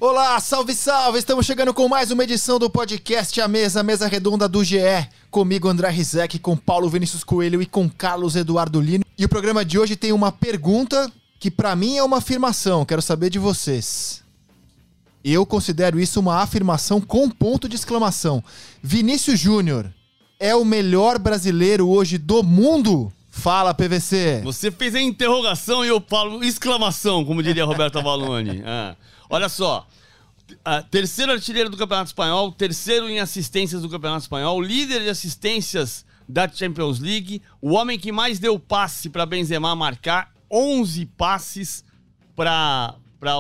Olá, salve, salve! Estamos chegando com mais uma edição do podcast A Mesa Redonda do GE. Comigo, André Rizek, com Paulo Vinícius Coelho e com Carlos Eduardo Lino. E o programa de hoje tem uma pergunta que pra mim é uma afirmação. Quero saber de vocês. Eu considero isso uma afirmação com ponto de exclamação. Vinícius Júnior é o melhor brasileiro hoje do mundo? Fala, PVC. Você fez a interrogação e eu falo exclamação, como diria Roberto Avalone. Olha só, terceiro artilheiro do Campeonato Espanhol, terceiro em assistências do Campeonato Espanhol, líder de assistências da Champions League, o homem que mais deu passe para Benzema marcar, 11 passes para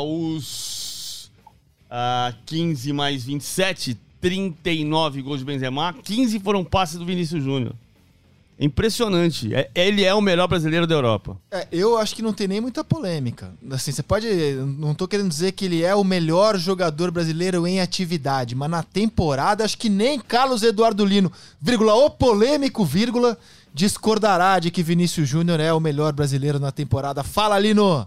os 15 mais 27, 39 gols de Benzema, 15 foram passes do Vinícius Júnior. Impressionante. Ele é o melhor brasileiro da Europa. Eu acho que não tem nem muita polêmica. Assim, você pode... Não tô querendo dizer que ele é o melhor jogador brasileiro em atividade, mas na temporada, acho que nem Carlos Eduardo Lino, o polêmico, discordará de que Vinícius Júnior é o melhor brasileiro na temporada. Fala, Lino!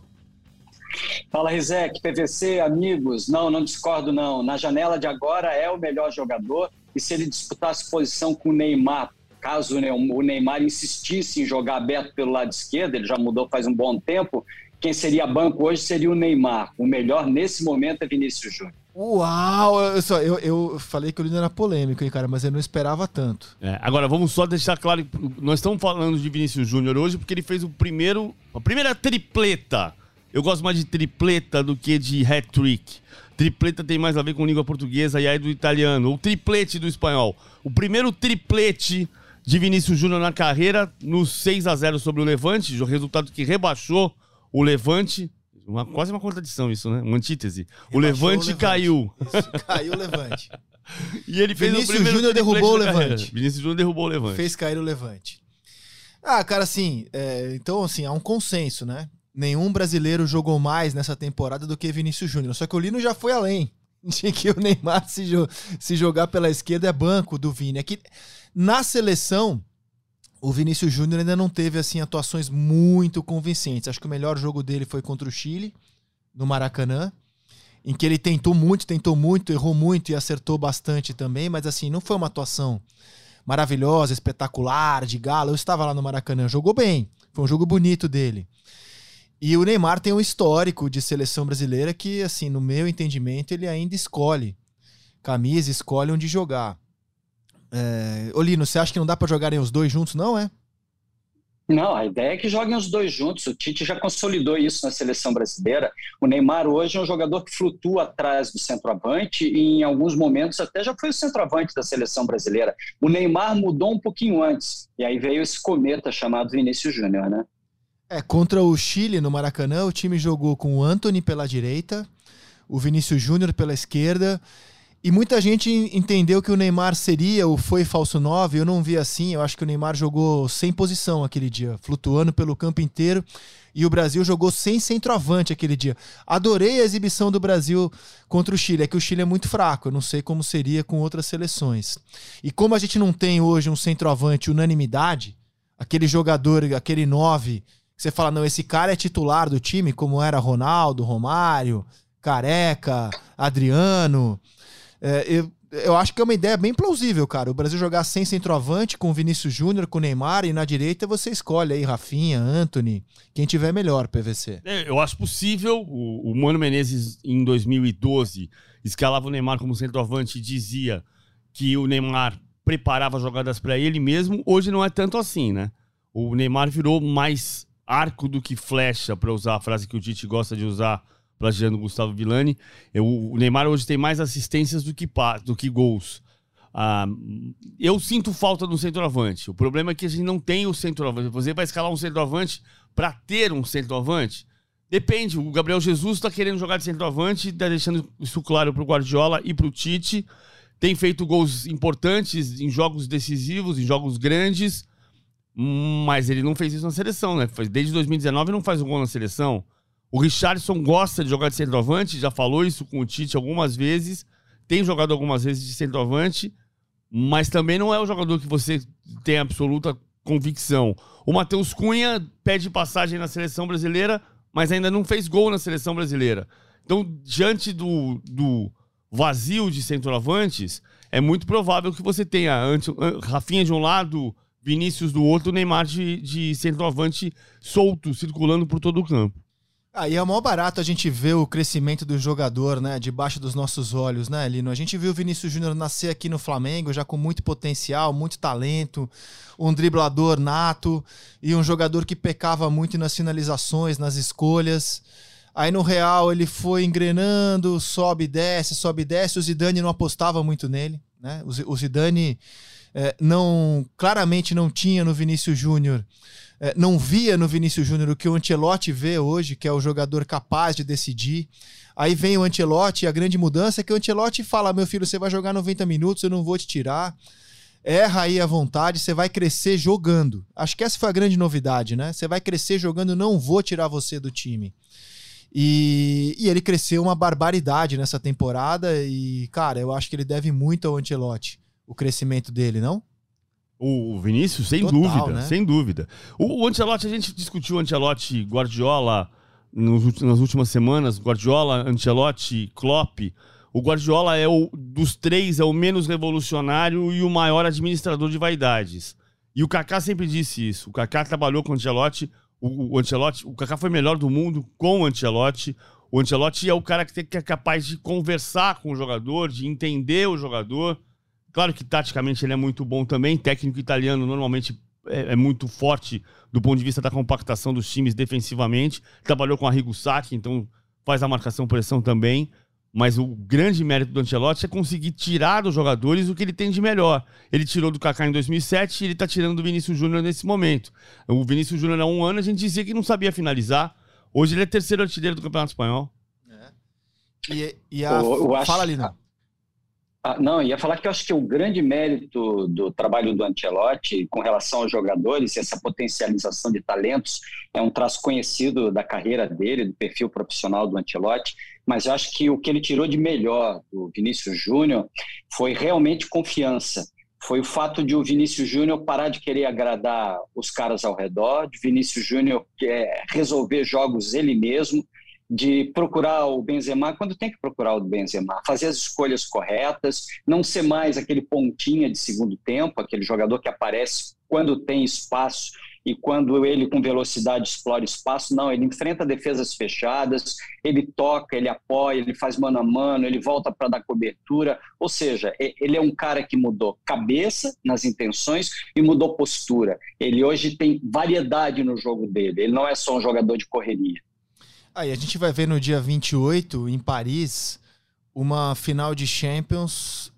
Fala, Rizek, PVC, amigos. Não discordo, não. Na janela de agora é o melhor jogador. E se ele disputasse posição com o Neymar, caso o Neymar insistisse em jogar aberto pelo lado esquerdo, ele já mudou faz um bom tempo, quem seria banco hoje seria o Neymar. O melhor nesse momento é Vinícius Júnior. Uau! Eu falei que o Lino era polêmico, hein, cara, mas eu não esperava tanto. Agora, vamos só deixar claro, nós estamos falando de Vinícius Júnior hoje porque ele fez a primeira tripleta. Eu gosto mais de tripleta do que de hat-trick. Tripleta tem mais a ver com língua portuguesa e aí do italiano. O triplete do espanhol. O primeiro triplete de Vinícius Júnior na carreira, no 6-0 sobre o Levante, o resultado que rebaixou o Levante. Quase uma contradição isso, né? Uma antítese. O Levante caiu. Isso, caiu o Levante. E ele fez Vinícius Júnior derrubou o Levante. Vinícius Júnior derrubou o Levante. Fez cair o Levante. Cara, assim, então, assim, há um consenso, né? Nenhum brasileiro jogou mais nessa temporada do que Vinícius Júnior. Só que o Lino já foi além de que o Neymar, se jogar pela esquerda, é banco do Vini. É que na seleção, o Vinícius Júnior ainda não teve assim, atuações muito convincentes. Acho que o melhor jogo dele foi contra o Chile, no Maracanã, em que ele tentou muito, errou muito e acertou bastante também, mas assim, não foi uma atuação maravilhosa, espetacular, de gala. Eu estava lá no Maracanã, jogou bem, foi um jogo bonito dele. E o Neymar tem um histórico de seleção brasileira que, assim, no meu entendimento, ele ainda escolhe camisa, escolhe onde jogar. Ô Lino, você acha que não dá pra jogarem os dois juntos, não, é? Não, a ideia é que joguem os dois juntos. O Tite já consolidou isso na seleção brasileira. O Neymar hoje é um jogador que flutua atrás do centroavante e em alguns momentos até já foi o centroavante da seleção brasileira. O Neymar mudou um pouquinho antes e aí veio esse cometa chamado Vinícius Júnior, né? Contra o Chile, no Maracanã, o time jogou com o Antony pela direita, o Vinícius Júnior pela esquerda, e muita gente entendeu que o Neymar seria o falso 9, eu não vi assim, eu acho que o Neymar jogou sem posição aquele dia, flutuando pelo campo inteiro, e o Brasil jogou sem centroavante aquele dia. Adorei a exibição do Brasil contra o Chile, é que o Chile é muito fraco, eu não sei como seria com outras seleções. E como a gente não tem hoje um centroavante unanimidade, aquele jogador, aquele 9... Você fala, não, esse cara é titular do time, como era Ronaldo, Romário, Careca, Adriano. Eu acho que é uma ideia bem plausível, cara. O Brasil jogar sem centroavante, com Vinícius Júnior, com Neymar, e na direita você escolhe aí Rafinha, Antony, quem tiver melhor, PVC. Eu acho possível. O Mano Menezes, em 2012, escalava o Neymar como centroavante e dizia que o Neymar preparava jogadas para ele mesmo. Hoje não é tanto assim, né? O Neymar virou mais arco do que flecha, para usar a frase que o Tite gosta de usar, plagiando o Gustavo Villani. O Neymar hoje tem mais assistências do que gols. Eu sinto falta do centroavante. O problema é que a gente não tem o centroavante. Você vai escalar um centroavante para ter um centroavante? Depende. O Gabriel Jesus está querendo jogar de centroavante, está deixando isso claro para o Guardiola e para o Tite. Tem feito gols importantes em jogos decisivos, em jogos grandes, mas ele não fez isso na seleção, né? Desde 2019 não faz um gol na seleção. O Richarlison gosta de jogar de centroavante, já falou isso com o Tite algumas vezes, tem jogado algumas vezes de centroavante, mas também não é o jogador que você tem absoluta convicção. O Matheus Cunha pede passagem na seleção brasileira, mas ainda não fez gol na seleção brasileira. Então, diante do vazio de centroavantes, é muito provável que você tenha Rafinha de um lado, Vinícius do outro, Neymar de centroavante solto, circulando por todo o campo. E é mó barato a gente ver o crescimento do jogador, né, debaixo dos nossos olhos, né, Lino? A gente viu o Vinícius Júnior nascer aqui no Flamengo, já com muito potencial, muito talento, um driblador nato e um jogador que pecava muito nas finalizações, nas escolhas. Aí no Real ele foi engrenando, sobe e desce, o Zidane não apostava muito nele, né? O Zidane claramente não tinha no Vinícius Júnior, não via no Vinícius Júnior o que o Ancelotti vê hoje, que é o jogador capaz de decidir. Aí vem o Ancelotti e a grande mudança é que o Ancelotti fala: meu filho, você vai jogar 90 minutos, eu não vou te tirar, erra aí à vontade, você vai crescer jogando. Acho que essa foi a grande novidade, né? Você vai crescer jogando, não vou tirar você do time. E ele cresceu uma barbaridade nessa temporada e, cara, eu acho que ele deve muito ao Ancelotti, o crescimento dele, não? O Vinícius, sem Total, dúvida, né? sem dúvida. O Ancelotti, a gente discutiu o Ancelotti, Guardiola nas últimas semanas, Guardiola, Ancelotti, Klopp. O Guardiola dos três é o menos revolucionário e o maior administrador de vaidades. E o Kaká sempre disse isso. O Kaká trabalhou com o Ancelotti. O Kaká foi melhor do mundo com o Ancelotti. O Ancelotti é o cara que é capaz de conversar com o jogador, de entender o jogador. Claro que taticamente ele é muito bom também. Técnico italiano normalmente é muito forte do ponto de vista da compactação dos times defensivamente. Trabalhou com o Arrigo Sacchi, então faz a marcação-pressão também. Mas o grande mérito do Ancelotti é conseguir tirar dos jogadores o que ele tem de melhor. Ele tirou do Kaká em 2007 e ele está tirando do Vinícius Júnior nesse momento. O Vinícius Júnior há um ano a gente dizia que não sabia finalizar. Hoje ele é terceiro artilheiro do Campeonato Espanhol. Fala ali, não. Não, ia falar que eu acho que o grande mérito do trabalho do Ancelotti com relação aos jogadores, essa potencialização de talentos, é um traço conhecido da carreira dele, do perfil profissional do Ancelotti, mas eu acho que o que ele tirou de melhor do Vinícius Júnior foi realmente confiança. Foi o fato de o Vinícius Júnior parar de querer agradar os caras ao redor, de Vinícius Júnior resolver jogos ele mesmo, de procurar o Benzema quando tem que procurar o Benzema, fazer as escolhas corretas, não ser mais aquele pontinha de segundo tempo, aquele jogador que aparece quando tem espaço e quando ele com velocidade explora espaço. Não, ele enfrenta defesas fechadas, ele toca, ele apoia, ele faz mano a mano, ele volta para dar cobertura, ou seja, ele é um cara que mudou cabeça nas intenções e mudou postura. Ele hoje tem variedade no jogo dele, ele não é só um jogador de correria. Aí a gente vai ver no dia 28, em Paris, uma final de Champions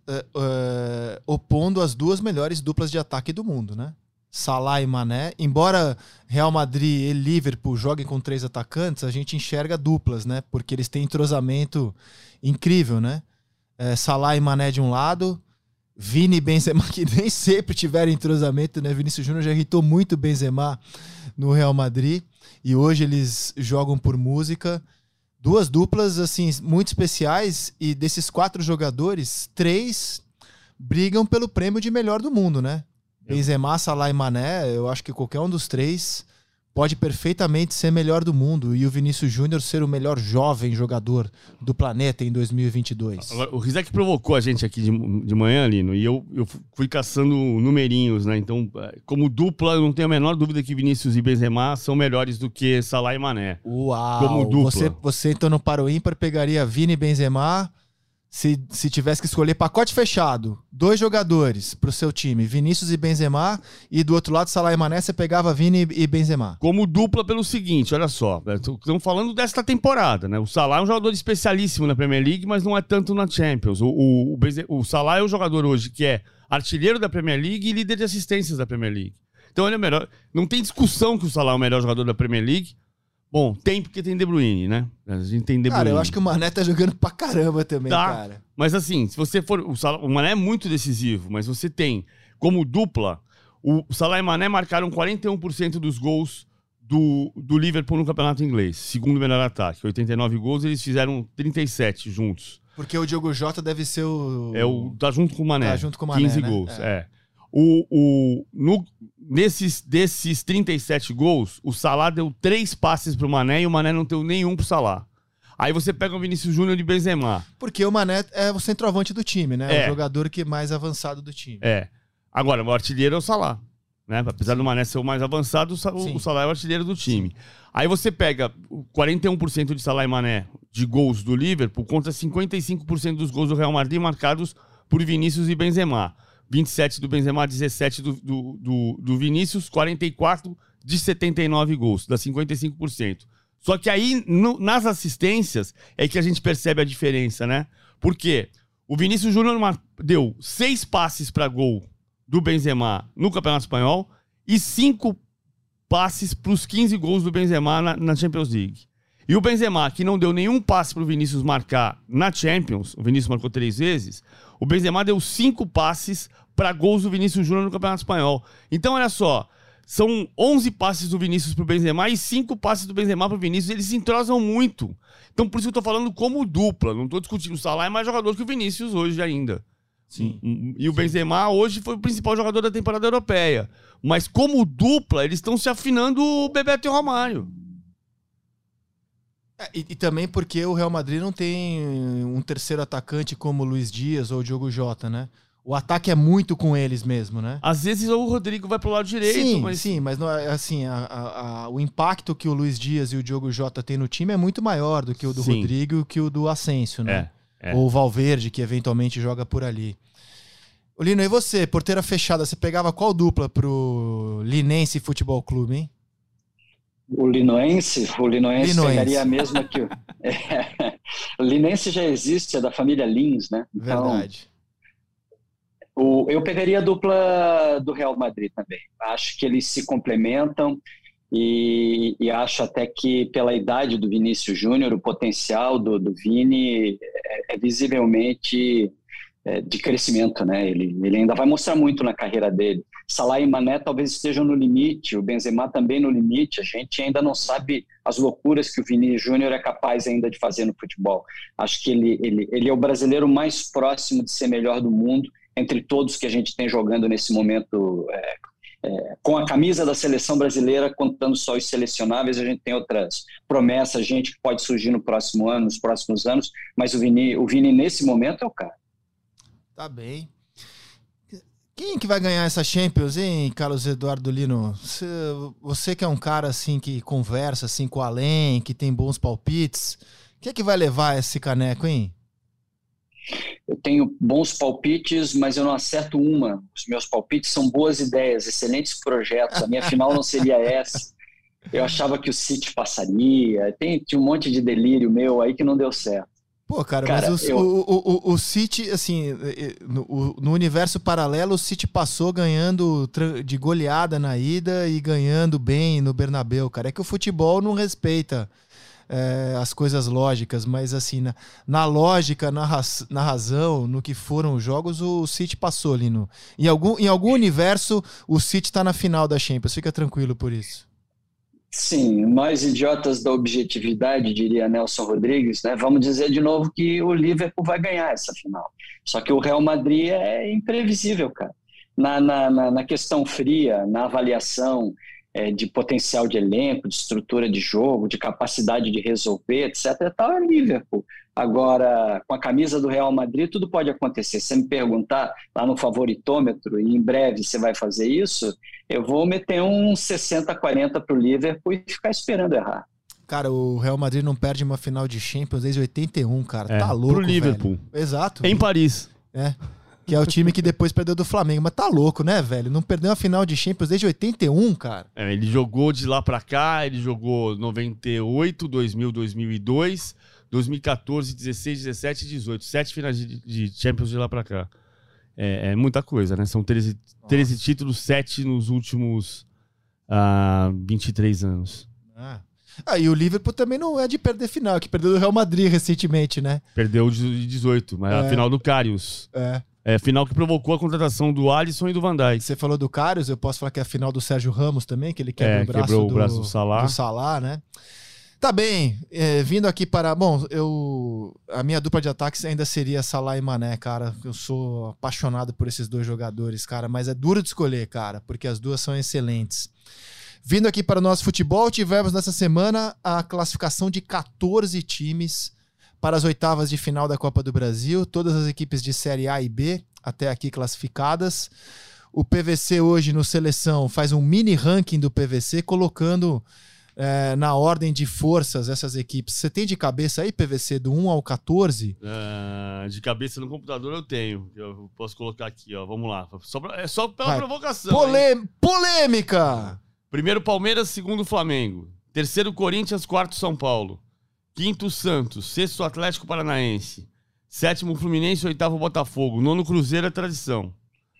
opondo as duas melhores duplas de ataque do mundo, né? Salah e Mané. Embora Real Madrid e Liverpool joguem com 3 atacantes, a gente enxerga duplas, né? Porque eles têm entrosamento incrível, né? Salah e Mané de um lado, Vini e Benzema, que nem sempre tiveram entrosamento, né? Vinícius Júnior já irritou muito Benzema no Real Madrid. E hoje eles jogam por música. Duas duplas, assim, muito especiais. E desses 4 jogadores, 3 brigam pelo prêmio de melhor do mundo, né? Benzema, Salah e Mané, eu acho que qualquer um dos 3 pode perfeitamente ser melhor do mundo. E o Vinícius Júnior ser o melhor jovem jogador do planeta em 2022. Agora, o Rizek provocou a gente aqui de manhã, Lino, e eu fui caçando numerinhos, né? Então, como dupla, eu não tenho a menor dúvida que Vinícius e Benzema são melhores do que Salah e Mané. Uau! Como dupla. Você então no Para o Ímpar pegaria Vini e Benzema. Se tivesse que escolher pacote fechado, 2 jogadores pro seu time, Vinícius e Benzema, e do outro lado, Salah e Mané, você pegava Vini e Benzema. Como dupla pelo seguinte, olha só, estamos falando desta temporada, né? O Salah é um jogador especialíssimo na Premier League, mas não é tanto na Champions. O Salah é o jogador hoje que é artilheiro da Premier League e líder de assistências da Premier League. Então ele é o melhor. Não tem discussão que o Salah é o melhor jogador da Premier League. Bom, tem porque tem De Bruyne, né? A gente tem De Bruyne. Cara, eu acho que o Mané tá jogando pra caramba também, cara. Mas assim, se você for... O Mané é muito decisivo, mas você tem como dupla... O Salah e Mané marcaram 41% dos gols do Liverpool no campeonato inglês. Segundo melhor ataque. 89 gols, eles fizeram 37 juntos. Porque o Diogo Jota deve ser o... Tá junto com o Mané. Tá junto com o Mané, 15 né? gols, Desses 37 gols, o Salah deu 3 passes pro Mané e o Mané não deu nenhum pro Salah. Aí você pega o Vinícius Júnior e Benzema. Porque o Mané é o centroavante do time, né? O jogador que é mais avançado do time. Agora, o artilheiro é o Salah. Né? Apesar do Mané ser o mais avançado, o Salah é o artilheiro do time. Sim. Aí você pega 41% de Salah e Mané de gols do Liverpool contra 55% dos gols do Real Madrid marcados por Vinícius e Benzema. 27 do Benzema, 17 do Vinícius, 44 de 79 gols, dá 55%. Só que aí, nas assistências, é que a gente percebe a diferença, né? Porque o Vinícius Júnior deu 6 passes para gol do Benzema no Campeonato Espanhol e 5 passes para os 15 gols do Benzema na Champions League. E o Benzema, que não deu nenhum passe para o Vinícius marcar na Champions, o Vinícius marcou 3 vezes, o Benzema deu 5 passes para gols do Vinícius Júnior no Campeonato Espanhol. Então, olha só, são 11 passes do Vinícius pro Benzema e 5 passes do Benzema pro Vinícius. Eles se entrosam muito. Então, por isso que eu tô falando como dupla. Não tô discutindo. O Salah é mais jogador que o Vinícius hoje ainda. Sim. E o Benzema hoje foi o principal jogador da temporada europeia. Mas como dupla, eles estão se afinando o Bebeto e o Romário. E também porque o Real Madrid não tem um terceiro atacante como o Luiz Dias ou o Diogo Jota, né? O ataque é muito com eles mesmo, né? Às vezes o Rodrigo vai pro lado direito. Sim, mas não, assim, o impacto que o Luiz Dias e o Diogo Jota têm no time é muito maior do que o do Rodrigo e que o do Asensio, né? Ou o Valverde, que eventualmente joga por ali. Ô Lino, e você, porteira fechada, você pegava qual dupla pro Linense Futebol Clube, hein? O Linoense pegaria a mesma que o... O Linense já existe, é da família Lins, né? Então, verdade. Eu pegaria a dupla do Real Madrid também. Acho que eles se complementam e acho até que pela idade do Vinícius Júnior, o potencial do Vini é visivelmente de crescimento, né? Ele ainda vai mostrar muito na carreira dele. Salah e Mané talvez estejam no limite, o Benzema também no limite. A gente ainda não sabe as loucuras que o Vini Júnior é capaz ainda de fazer no futebol. Acho que ele é o brasileiro mais próximo de ser melhor do mundo entre todos que a gente tem jogando nesse momento, com a camisa da seleção brasileira, contando só os selecionáveis. A gente tem outras promessas, gente que pode surgir no próximo ano, nos próximos anos, mas o Vini nesse momento é o cara. Tá bem. Quem que vai ganhar essa Champions, hein, Carlos Eduardo Lino? Você que é um cara assim que conversa assim com o além, que tem bons palpites, quem é que vai levar esse caneco, hein? Eu tenho bons palpites, mas eu não acerto uma. Os meus palpites são boas ideias, excelentes projetos. A minha final não seria essa. Eu achava que o City passaria. Tinha um monte de delírio meu aí que não deu certo. Pô, cara, mas o City, assim, no universo paralelo, o City passou ganhando de goleada na ida e ganhando bem no Bernabéu, cara. É que o futebol não respeita as coisas lógicas, mas assim, na lógica, na razão, no que foram os jogos, o City passou ali em algum universo, o City tá na final da Champions, fica tranquilo por isso. Sim, nós idiotas da objetividade, diria Nelson Rodrigues, né? Vamos dizer de novo que o Liverpool vai ganhar essa final. Só que o Real Madrid é imprevisível, cara. Na questão fria, na avaliação de potencial de elenco, de estrutura de jogo, de capacidade de resolver, etc. Tal, é Liverpool. Agora, com a camisa do Real Madrid, tudo pode acontecer. Se você me perguntar lá no favoritômetro, e em breve você vai fazer isso, eu vou meter um 60-40 para o Liverpool e ficar esperando errar. Cara, o Real Madrid não perde uma final de Champions desde 81, cara. Tá louco, pro Liverpool. Velho. Exato. Em Paris. Que é o time que depois perdeu do Flamengo. Mas tá louco, né, velho? Não perdeu uma final de Champions desde 81, cara. Ele jogou de lá pra cá, ele jogou 98, 2000, 2002, 2014, 16, 17 e 18. 7 finais de Champions de lá pra cá. É muita coisa, né? São 13 títulos, 7 nos últimos 23 anos. E o Liverpool também não é de perder final, que perdeu do Real Madrid recentemente, né? Perdeu de 18, mas a final do Karius. É a final que provocou a contratação do Alisson e do Van Dijk. Você falou do Karius, eu posso falar que é a final do Sérgio Ramos também, que ele quebrou o braço do Salah. Do Salah, né? Tá bem, vindo aqui para... Bom, a minha dupla de ataques ainda seria Salah e Mané, cara. Eu sou apaixonado por esses dois jogadores, cara, mas é duro de escolher, cara, porque as duas são excelentes. Vindo aqui para o nosso futebol, tivemos nessa semana a classificação de 14 times para as oitavas de final da Copa do Brasil, todas as equipes de Série A e B até aqui classificadas. O PVC hoje no Seleção faz um mini ranking do PVC, colocando na ordem de forças essas equipes. Você tem de cabeça aí, PVC, do 1 ao 14? De cabeça no computador eu tenho. Eu posso colocar aqui, ó. Vamos lá. Só pela provocação. Polêmica! Primeiro Palmeiras, segundo Flamengo. Terceiro Corinthians, quarto São Paulo. Quinto Santos, sexto Atlético Paranaense. Sétimo Fluminense, oitavo Botafogo. Nono Cruzeiro é tradição.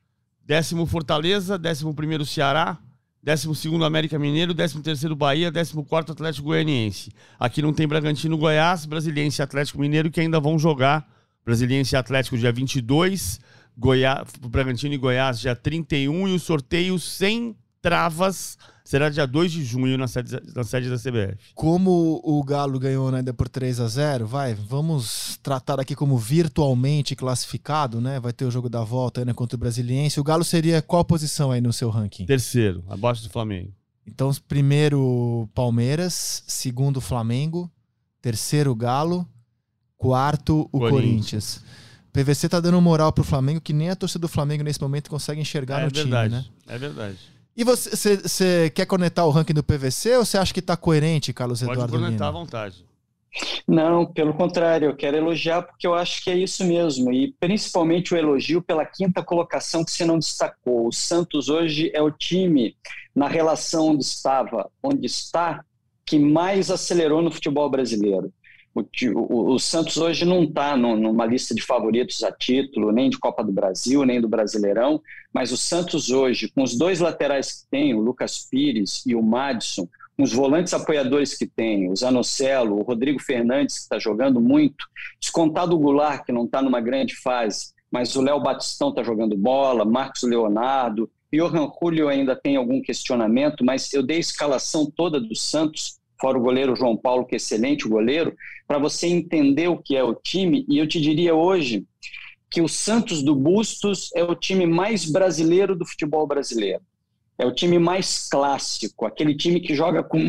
10º Fortaleza, 11º Ceará. 12º América Mineiro, 13º Bahia, 14º Atlético Goianiense. Aqui não tem Bragantino, Goiás, Brasiliense e Atlético Mineiro que ainda vão jogar. Brasiliense e Atlético dia 22, Bragantino e Goiás dia 31 e o sorteio sem travas será dia 2 de junho na sede da CBF. Como o Galo ganhou ainda por 3-0, vamos tratar aqui como virtualmente classificado, né? Vai ter o jogo da volta ainda contra o Brasiliense. O Galo seria qual posição aí no seu ranking? Terceiro, abaixo do Flamengo. Então, primeiro Palmeiras, segundo Flamengo, terceiro Galo, quarto o Corinthians. PVC tá dando moral pro Flamengo que nem a torcida do Flamengo nesse momento consegue enxergar no time, né? É verdade. E você quer conectar o ranking do PVC ou você acha que está coerente, Carlos Eduardo? Pode conectar à vontade. Não, pelo contrário, eu quero elogiar porque eu acho que é isso mesmo. E principalmente o elogio pela quinta colocação que você não destacou. O Santos hoje é o time, na relação onde está, que mais acelerou no futebol brasileiro. O Santos hoje não está numa lista de favoritos a título, nem de Copa do Brasil, nem do Brasileirão, mas o Santos hoje, com os dois laterais que tem, o Lucas Pires e o Madison, com os volantes apoiadores que tem, o Zanocelo, o Rodrigo Fernandes, que está jogando muito, descontado o Goulart, que não está numa grande fase, mas o Léo Batistão está jogando bola, Marcos Leonardo, Johan Julio ainda tem algum questionamento, mas eu dei a escalação toda do Santos, fora o goleiro João Paulo, que é excelente o goleiro, para você entender o que é o time, e eu te diria hoje que o Santos do Bustos é o time mais brasileiro do futebol brasileiro. É o time mais clássico, aquele time que joga com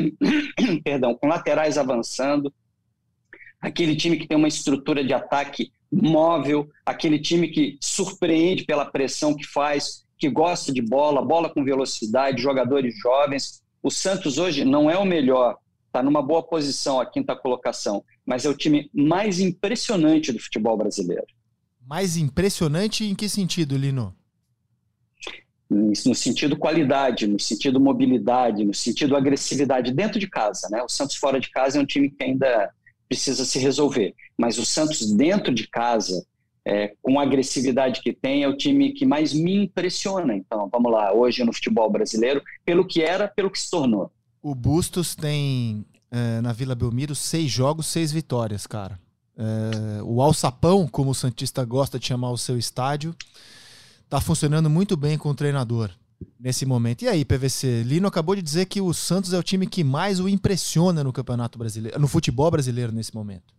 laterais avançando, aquele time que tem uma estrutura de ataque móvel, aquele time que surpreende pela pressão que faz, que gosta de bola com velocidade, jogadores jovens. O Santos hoje não é o melhor, está numa boa posição, a quinta colocação, mas é o time mais impressionante do futebol brasileiro. Mais impressionante em que sentido, Lino? No sentido qualidade, no sentido mobilidade, no sentido agressividade dentro de casa, né? O Santos fora de casa é um time que ainda precisa se resolver, mas o Santos dentro de casa, com a agressividade que tem, é o time que mais me impressiona. Então, vamos lá, hoje no futebol brasileiro, pelo que era, pelo que se tornou. O Bustos tem, na Vila Belmiro, 6 jogos, 6 vitórias, cara. O Alçapão, como o santista gosta de chamar o seu estádio, tá funcionando muito bem com o treinador nesse momento. E aí, PVC? Lino acabou de dizer que o Santos é o time que mais o impressiona no Campeonato Brasileiro, no futebol brasileiro nesse momento.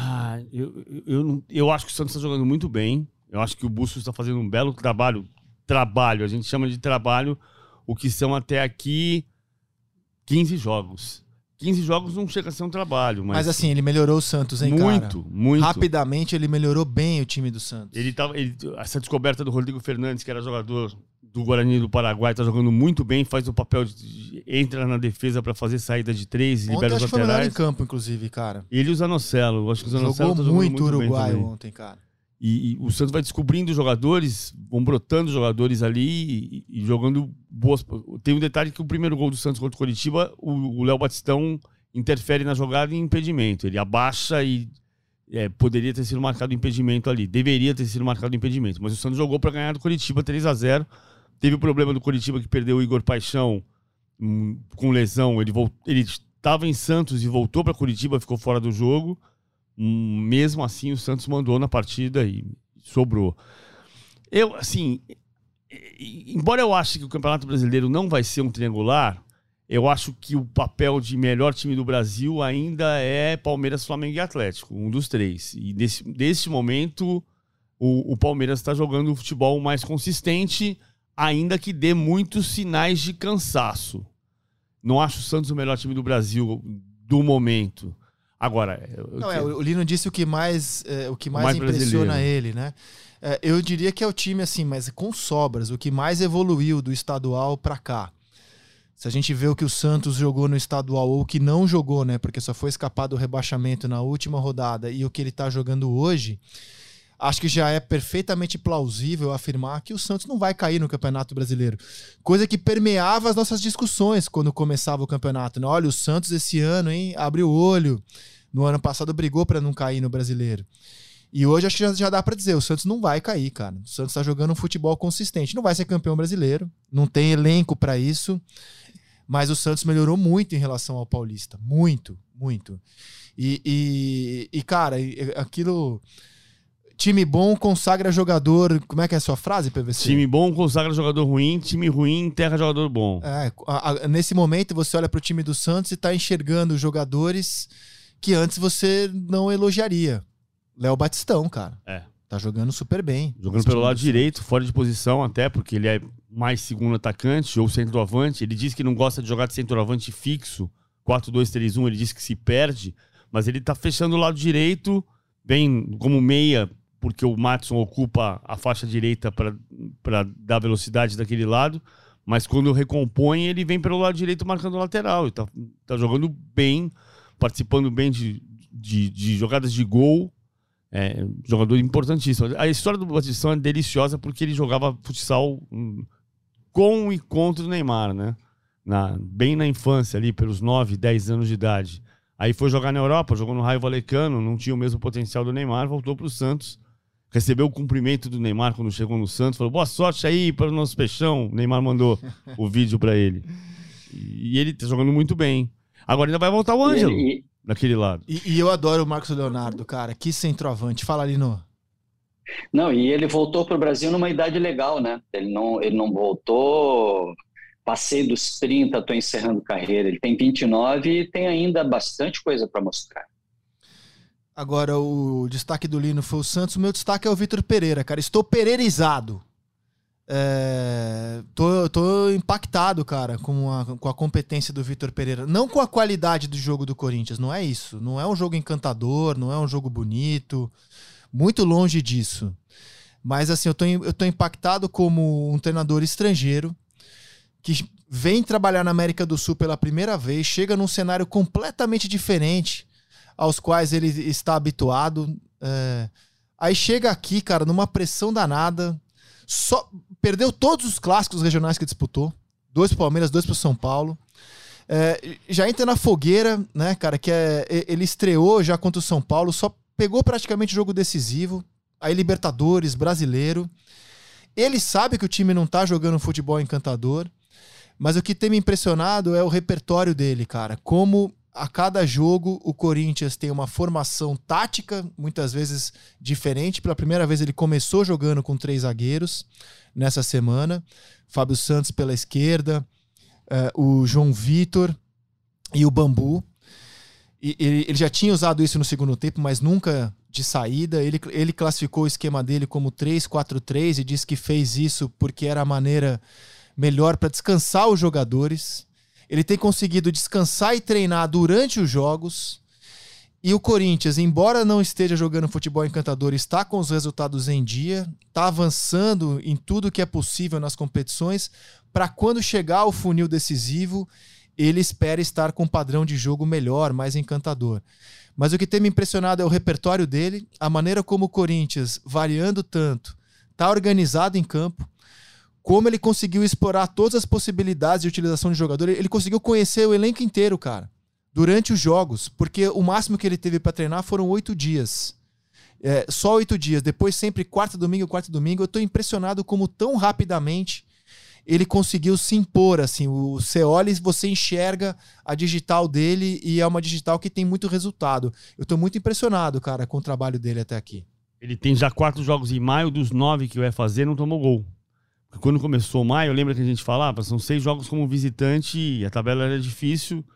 Eu acho que o Santos está jogando muito bem. Eu acho que o Bustos está fazendo um belo trabalho. A gente chama de trabalho o que são até aqui 15 jogos. 15 jogos não chega a ser um trabalho. Mas assim, ele melhorou o Santos, hein, muito, cara? Muito. Rapidamente ele melhorou bem o time do Santos. Essa descoberta do Rodrigo Fernandes, que era jogador do Guarani do Paraguai, tá jogando muito bem, faz o papel entra na defesa para fazer saída de 3, libera os laterais. Ontem acho que foi o melhor em campo, inclusive, cara. Ele e o Zanocelo. Acho que o Zanocelo jogou tá muito Uruguai ontem, cara. E o Santos vai descobrindo jogadores, vão brotando jogadores ali e jogando boas. Tem um detalhe que o primeiro gol do Santos contra o Coritiba, o Léo Batistão interfere na jogada em impedimento. Ele abaixa e poderia ter sido marcado impedimento ali. Deveria ter sido marcado impedimento. Mas o Santos jogou para ganhar do Coritiba 3-0. Teve o problema do Coritiba que perdeu o Igor Paixão com lesão. Ele estava em Santos e voltou para Coritiba, ficou fora do jogo. Mesmo assim, o Santos mandou na partida e sobrou. Embora eu ache que o Campeonato Brasileiro não vai ser um triangular, eu acho que o papel de melhor time do Brasil ainda é Palmeiras, Flamengo e Atlético, um dos três. E nesse momento, o Palmeiras está jogando um futebol mais consistente, ainda que dê muitos sinais de cansaço. Não acho o Santos o melhor time do Brasil do momento. Agora... o Lino disse o que mais impressiona ele, né? Eu diria que é o time, assim, mas com sobras, o que mais evoluiu do estadual para cá. Se a gente vê o que o Santos jogou no estadual ou o que não jogou, né? Porque só foi escapar do rebaixamento na última rodada e o que ele tá jogando hoje, acho que já é perfeitamente plausível afirmar que o Santos não vai cair no Campeonato Brasileiro. Coisa que permeava as nossas discussões quando começava o campeonato, né? Olha, o Santos esse ano, hein? Abriu o olho. No ano passado brigou para não cair no Brasileiro. E hoje acho que já dá para dizer, o Santos não vai cair, cara. O Santos tá jogando um futebol consistente. Não vai ser campeão brasileiro, não tem elenco para isso, mas o Santos melhorou muito em relação ao Paulista. Muito, muito. E cara, aquilo... Time bom consagra jogador... Como é que é a sua frase, PVC? Time bom consagra jogador ruim, time ruim enterra jogador bom. Nesse momento você olha pro time do Santos e tá enxergando jogadores que antes você não elogiaria. Léo Batistão, cara. Tá jogando super bem. Jogando pelo lado direito, fora de posição até, porque ele é mais segundo atacante ou centroavante. Ele diz que não gosta de jogar de centroavante fixo, 4-2-3-1, ele diz que se perde, mas ele tá fechando o lado direito, bem como meia, porque o Matheson ocupa a faixa direita para dar velocidade daquele lado, mas quando recompõe, ele vem pelo lado direito marcando o lateral. Ele tá jogando bem, participando bem de jogadas de gol. Jogador importantíssimo. A história do Batistão é deliciosa porque ele jogava futsal com e contra o Neymar, né? Bem na infância ali, pelos 9, 10 anos de idade. Aí foi jogar na Europa, jogou no Raio Vallecano, não tinha o mesmo potencial do Neymar, voltou pro Santos, recebeu o cumprimento do Neymar quando chegou no Santos, falou, boa sorte aí para o nosso peixão. O Neymar mandou o vídeo para ele. E ele tá jogando muito bem. Agora ainda vai voltar o Ângelo. Daquele lado. E eu adoro o Marcos Leonardo, cara. Que centroavante. Fala, Lino. Não, e ele voltou para o Brasil numa idade legal, né? Ele não voltou... Passei dos 30, estou encerrando carreira. Ele tem 29 e tem ainda bastante coisa para mostrar. Agora, o destaque do Lino foi o Santos. O meu destaque é o Vitor Pereira, cara. Estou pereirizado. Tô impactado, cara, com a competência do Vitor Pereira. Não com a qualidade do jogo do Corinthians, não é isso. Não é um jogo encantador, não é um jogo bonito. Muito longe disso. Mas assim, eu tô impactado como um treinador estrangeiro que vem trabalhar na América do Sul pela primeira vez, chega num cenário completamente diferente aos quais ele está habituado. Aí chega aqui, cara, numa pressão danada. Perdeu todos os clássicos regionais que disputou. 2 pro Palmeiras, 2 pro São Paulo. Já entra na fogueira, né, cara? Ele estreou já contra o São Paulo, só pegou praticamente jogo decisivo. Aí Libertadores, Brasileiro. Ele sabe que o time não tá jogando um futebol encantador, mas o que tem me impressionado é o repertório dele, cara. Como a cada jogo o Corinthians tem uma formação tática, muitas vezes diferente. Pela primeira vez ele começou jogando com 3 zagueiros nessa semana. Fábio Santos pela esquerda, o João Vitor e o Bambu. Ele já tinha usado isso no segundo tempo, mas nunca de saída. Ele classificou o esquema dele como 3-4-3 e disse que fez isso porque era a maneira melhor para descansar os jogadores. Ele tem conseguido descansar e treinar durante os jogos. E o Corinthians, embora não esteja jogando futebol encantador, está com os resultados em dia, está avançando em tudo que é possível nas competições, para quando chegar o funil decisivo, ele espera estar com um padrão de jogo melhor, mais encantador. Mas o que tem me impressionado é o repertório dele, a maneira como o Corinthians, variando tanto, está organizado em campo, como ele conseguiu explorar todas as possibilidades de utilização de jogador. Ele conseguiu conhecer o elenco inteiro, cara, durante os jogos, porque o máximo que ele teve para treinar foram 8 dias. Só 8 dias. Depois sempre quarta, domingo. Eu tô impressionado como tão rapidamente ele conseguiu se impor, assim. Você olha e você enxerga a digital dele e é uma digital que tem muito resultado. Eu tô muito impressionado, cara, com o trabalho dele até aqui. Ele tem já 4 jogos em maio, dos 9 que vai fazer, não tomou gol. Quando começou maio, lembra que a gente falava? São 6 jogos como visitante e a tabela era difícil.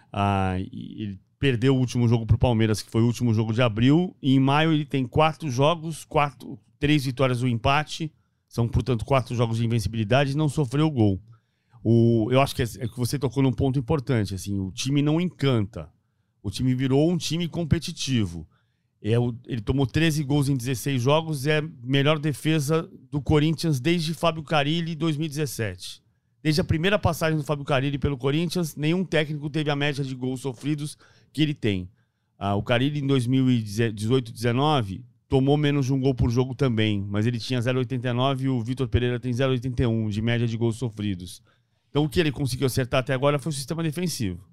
Ele perdeu o último jogo para o Palmeiras, que foi o último jogo de abril. E em maio ele tem 4 jogos, 3 vitórias e um empate. São, portanto, 4 jogos de invencibilidade e não sofreu gol. Eu acho que você tocou num ponto importante. Assim, o time não encanta. O time virou um time competitivo. Ele tomou 13 gols em 16 jogos, é a melhor defesa do Corinthians desde Fábio Carille em 2017. Desde a primeira passagem do Fábio Carille pelo Corinthians, nenhum técnico teve a média de gols sofridos que ele tem. O Carille em 2018-19 tomou menos de um gol por jogo também, mas ele tinha 0,89 e o Vitor Pereira tem 0,81 de média de gols sofridos. Então o que ele conseguiu acertar até agora foi o sistema defensivo.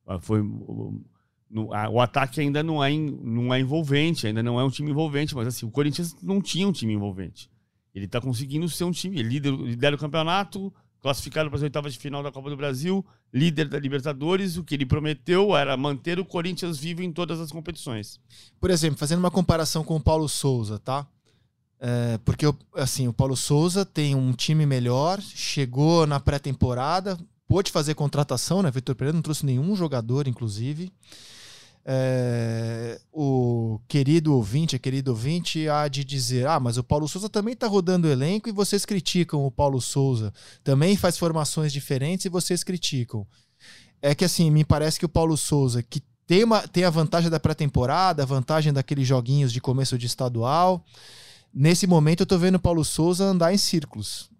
O ataque ainda não é envolvente, ainda não é um time envolvente, mas assim, o Corinthians não tinha um time envolvente. Ele está conseguindo ser um time, ele lidera o campeonato, classificado para as oitavas de final da Copa do Brasil, líder da Libertadores. O que ele prometeu era manter o Corinthians vivo em todas as competições. Por exemplo, fazendo uma comparação com o Paulo Souza, tá? Porque assim, o Paulo Souza tem um time melhor, chegou na pré-temporada, pôde fazer contratação, né? Vitor Pereira não trouxe nenhum jogador, inclusive. O querido ouvinte há de dizer: mas o Paulo Souza também está rodando o elenco e vocês criticam o Paulo Souza. Também faz formações diferentes e vocês criticam. É que assim, me parece que o Paulo Souza, que tem a vantagem da pré-temporada, a vantagem daqueles joguinhos de começo de estadual, nesse momento eu tô vendo o Paulo Souza andar em círculos.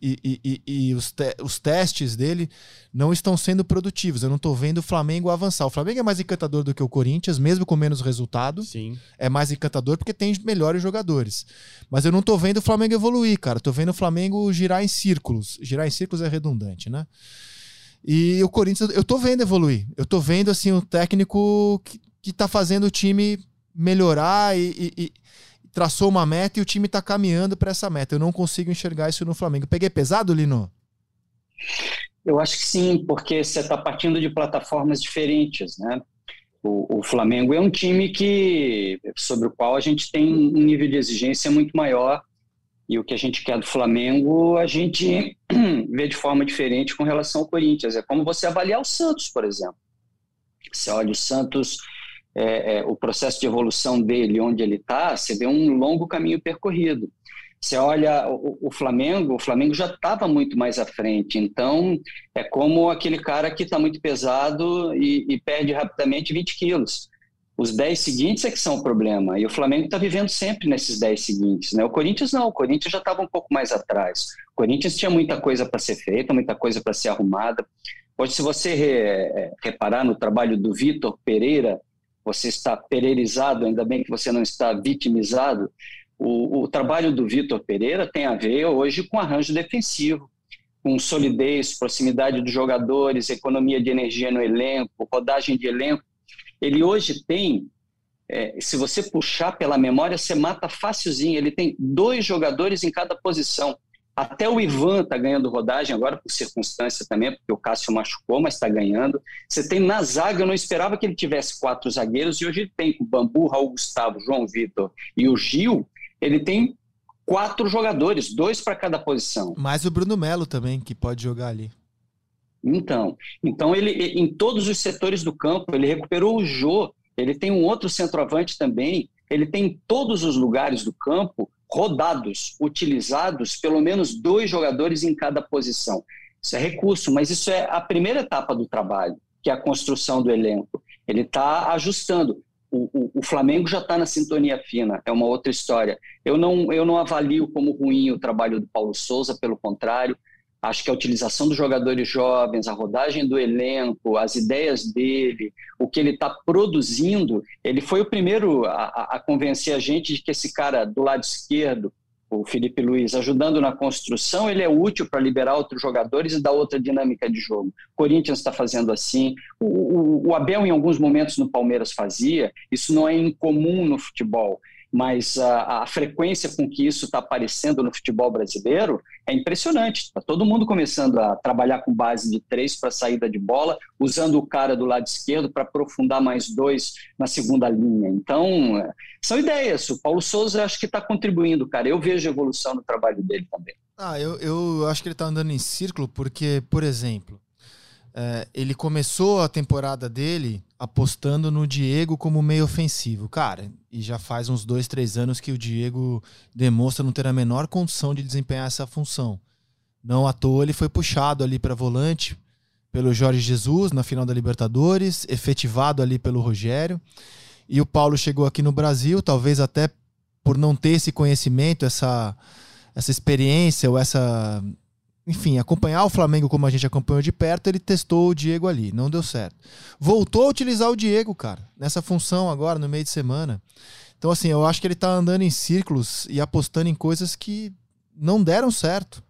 E os testes dele não estão sendo produtivos. Eu não estou vendo o Flamengo avançar. O Flamengo é mais encantador do que o Corinthians, mesmo com menos resultado. Sim. É mais encantador porque tem melhores jogadores. Mas eu não estou vendo o Flamengo evoluir, cara. Estou vendo o Flamengo girar em círculos. Girar em círculos é redundante, né? E o Corinthians, eu estou vendo evoluir. Eu estou vendo assim, um técnico que está fazendo o time melhorar e traçou uma meta e o time está caminhando para essa meta. Eu não consigo enxergar isso no Flamengo. Peguei pesado, Lino? Eu acho que sim, porque você está partindo de plataformas diferentes, né? O Flamengo é um time sobre o qual a gente tem um nível de exigência muito maior, e o que a gente quer do Flamengo a gente vê de forma diferente com relação ao Corinthians. É como você avaliar o Santos, por exemplo. Você olha o Santos, o processo de evolução dele, onde ele está, você vê um longo caminho percorrido. Você olha o Flamengo já estava muito mais à frente. Então, é como aquele cara que está muito pesado e perde rapidamente 20 quilos. Os 10 seguintes é que são o problema. E o Flamengo está vivendo sempre nesses 10 seguintes, né? O Corinthians não. O Corinthians já estava um pouco mais atrás. O Corinthians tinha muita coisa para ser feita, muita coisa para ser arrumada. Hoje, se você reparar no trabalho do Vitor Pereira, você está pereirizado, ainda bem que você não está vitimizado. O trabalho do Vitor Pereira tem a ver hoje com arranjo defensivo, com solidez, proximidade dos jogadores, economia de energia no elenco, rodagem de elenco. Ele hoje tem, se você puxar pela memória, você mata facilzinho. Ele tem 2 jogadores em cada posição. Até o Ivan está ganhando rodagem agora, por circunstância também, porque o Cássio machucou, mas está ganhando. Você tem na zaga, eu não esperava que ele tivesse 4 zagueiros, e hoje ele tem o Bambu, Raul Gustavo, João Vitor e o Gil. Ele tem 4 jogadores, 2 para cada posição. Mais o Bruno Melo também, que pode jogar ali. Então ele, em todos os setores do campo, ele recuperou o Jô, ele tem um outro centroavante também, ele tem em todos os lugares do campo rodados, utilizados, pelo menos 2 jogadores em cada posição. Isso é recurso, mas isso é a primeira etapa do trabalho, que é a construção do elenco. Ele está ajustando. O Flamengo já está na sintonia fina, é uma outra história. Eu não avalio como ruim o trabalho do Paulo Souza, pelo contrário. Acho que a utilização dos jogadores jovens, a rodagem do elenco, as ideias dele, o que ele está produzindo, ele foi o primeiro a convencer a gente de que esse cara do lado esquerdo, o Felipe Luiz, ajudando na construção, ele é útil para liberar outros jogadores e dar outra dinâmica de jogo. O Corinthians está fazendo assim. O Abel, em alguns momentos, no Palmeiras fazia. Isso não é incomum no futebol, mas a frequência com que isso está aparecendo no futebol brasileiro é impressionante. Está todo mundo começando a trabalhar com base de 3 para saída de bola, usando o cara do lado esquerdo para aprofundar mais 2 na segunda linha. Então, são ideias. O Paulo Souza acho que está contribuindo, cara. Eu vejo evolução no trabalho dele também. Eu acho que ele está andando em círculo porque, por exemplo, ele começou a temporada dele apostando no Diego como meio ofensivo. Cara, e já faz uns 2, 3 anos que o Diego demonstra não ter a menor condição de desempenhar essa função. Não à toa ele foi puxado ali para volante pelo Jorge Jesus na final da Libertadores, efetivado ali pelo Rogério. E o Paulo chegou aqui no Brasil, talvez até por não ter esse conhecimento, essa experiência, ou enfim, acompanhar o Flamengo como a gente acompanhou de perto, ele testou o Diego ali, não deu certo. Voltou a utilizar o Diego, cara, nessa função agora, no meio de semana. Então, assim, eu acho que ele tá andando em círculos e apostando em coisas que não deram certo.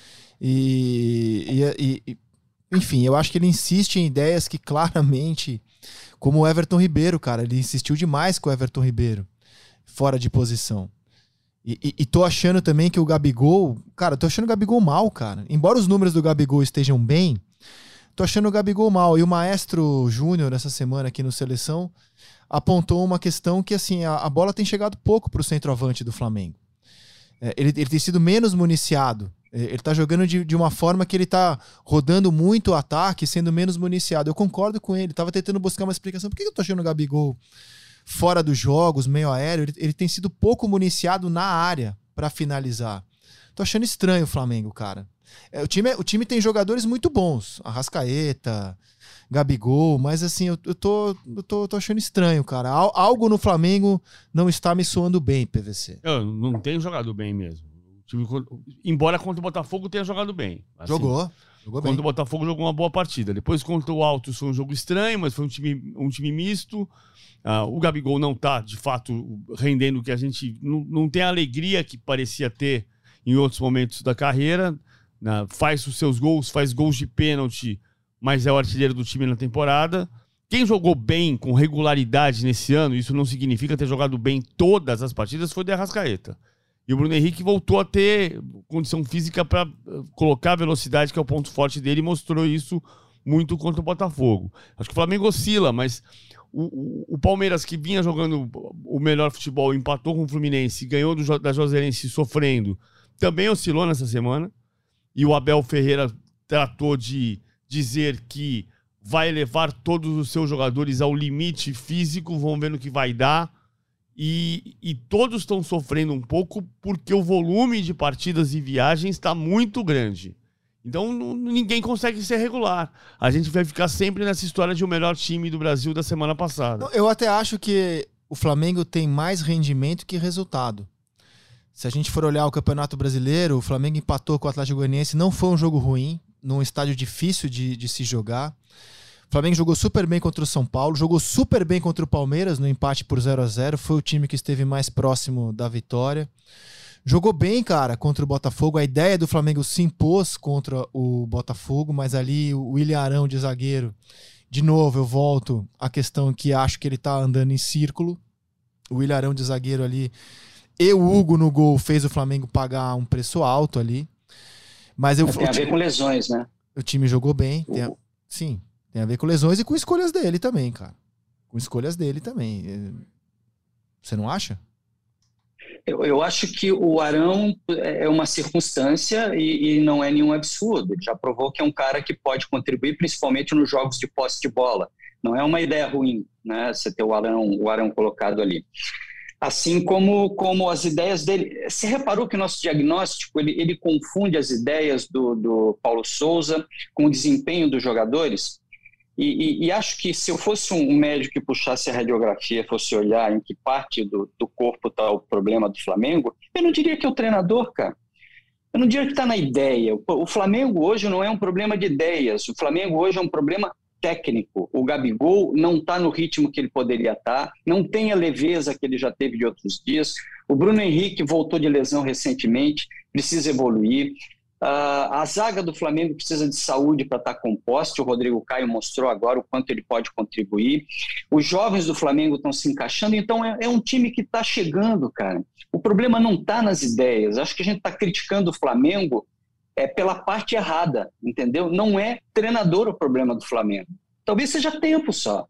Enfim, eu acho que ele insiste em ideias que claramente, como o Everton Ribeiro, cara, ele insistiu demais com o Everton Ribeiro, fora de posição. E tô achando também que o Gabigol, cara, tô achando o Gabigol mal, cara. Embora os números do Gabigol estejam bem, tô achando o Gabigol mal. E o Maestro Júnior, essa semana aqui no Seleção, apontou uma questão que, assim, a bola tem chegado pouco pro centroavante do Flamengo. Ele tem sido menos municiado. Ele tá jogando de uma forma que ele tá rodando muito o ataque, sendo menos municiado. Eu concordo com ele, tava tentando buscar uma explicação. Por que eu tô achando o Gabigol fora dos jogos, meio aéreo? Ele tem sido pouco municiado na área para finalizar. Tô achando estranho o Flamengo, cara. O time tem jogadores muito bons. Arrascaeta, Gabigol, mas assim, eu tô achando estranho, cara. Algo no Flamengo não está me soando bem, PVC. Eu não tenho jogado bem mesmo. O time, embora contra o Botafogo tenha jogado bem. Assim, jogou bem. Contra o Botafogo jogou uma boa partida. Depois contra o Altos foi um jogo estranho, mas foi um time misto. O Gabigol não tá, de fato, rendendo o que a gente... Não tem a alegria que parecia ter em outros momentos da carreira. Faz os seus gols, faz gols de pênalti, mas é o artilheiro do time na temporada. Quem jogou bem, com regularidade nesse ano, isso não significa ter jogado bem todas as partidas, foi o de Arrascaeta. E o Bruno Henrique voltou a ter condição física para colocar a velocidade, que é o ponto forte dele, e mostrou isso muito contra o Botafogo. Acho que o Flamengo oscila, mas o Palmeiras, que vinha jogando o melhor futebol, empatou com o Fluminense, ganhou da Juazeirense sofrendo, também oscilou nessa semana. E o Abel Ferreira tratou de dizer que vai levar todos os seus jogadores ao limite físico, vão ver no que vai dar. E todos estão sofrendo um pouco porque o volume de partidas e viagens está muito grande. Então ninguém consegue ser regular. A gente vai ficar sempre nessa história de o melhor time do Brasil da semana passada. Eu até acho que o Flamengo tem mais rendimento que resultado. Se a gente for olhar o Campeonato Brasileiro, o Flamengo empatou com o Atlético Goianiense, não foi um jogo ruim, num estádio difícil de se jogar. O Flamengo jogou super bem contra o São Paulo, jogou super bem contra o Palmeiras no empate por 0-0, foi o time que esteve mais próximo da vitória. Jogou bem, cara, contra o Botafogo. A ideia do Flamengo se impôs contra o Botafogo, mas ali o William Arão de zagueiro, de novo eu volto à questão que acho que ele tá andando em círculo. O William Arão de zagueiro ali e o Hugo no gol fez o Flamengo pagar um preço alto ali. Mas tem a ver com lesões, né? O time jogou bem, sim. Tem a ver com lesões e com escolhas dele também, cara. Com escolhas dele também. Você não acha? Eu acho que o Arão é uma circunstância e não é nenhum absurdo. Ele já provou que é um cara que pode contribuir, principalmente nos jogos de posse de bola. Não é uma ideia ruim, né? Você ter o Arão colocado ali. Assim como as ideias dele. Você reparou que o nosso diagnóstico ele confunde as ideias do Paulo Souza com o desempenho dos jogadores? E acho que se eu fosse um médico que puxasse a radiografia, fosse olhar em que parte do corpo está o problema do Flamengo, eu não diria que é o treinador, cara. Eu não diria que está na ideia. O Flamengo hoje não é um problema de ideias. O Flamengo hoje é um problema técnico. O Gabigol não está no ritmo que ele poderia estar, não tem a leveza que ele já teve de outros dias. O Bruno Henrique voltou de lesão recentemente, precisa evoluir. A zaga do Flamengo precisa de saúde para estar composta. O Rodrigo Caio mostrou agora o quanto ele pode contribuir. Os jovens do Flamengo estão se encaixando, então é um time que está chegando, cara. O problema não está nas ideias. Acho que a gente está criticando o Flamengo pela parte errada, entendeu? Não é treinador o problema do Flamengo. Talvez seja tempo só.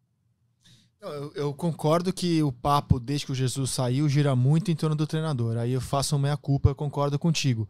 Eu concordo que o papo, desde que o Jesus saiu, gira muito em torno do treinador. Aí eu faço uma meia-culpa, eu concordo contigo.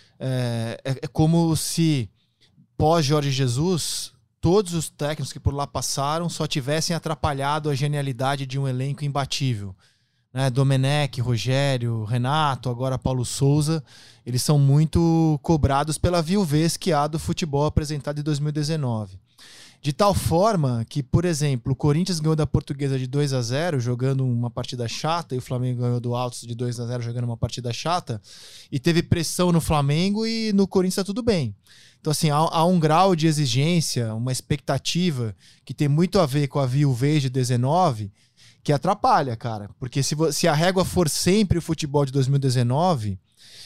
É como se, pós-Jorge Jesus, todos os técnicos que por lá passaram só tivessem atrapalhado a genialidade de um elenco imbatível. né? Domenech, Rogério, Renato, agora Paulo Souza, eles são muito cobrados pela viuvez que há do futebol apresentado em 2019. De tal forma que, por exemplo, o Corinthians ganhou da Portuguesa de 2-0, jogando uma partida chata, e o Flamengo ganhou do Altos de 2-0, jogando uma partida chata, e teve pressão no Flamengo e no Corinthians tá tudo bem. Então, assim, há um grau de exigência, uma expectativa que tem muito a ver com a viuvez de 19, que atrapalha, cara. Porque se a régua for sempre o futebol de 2019...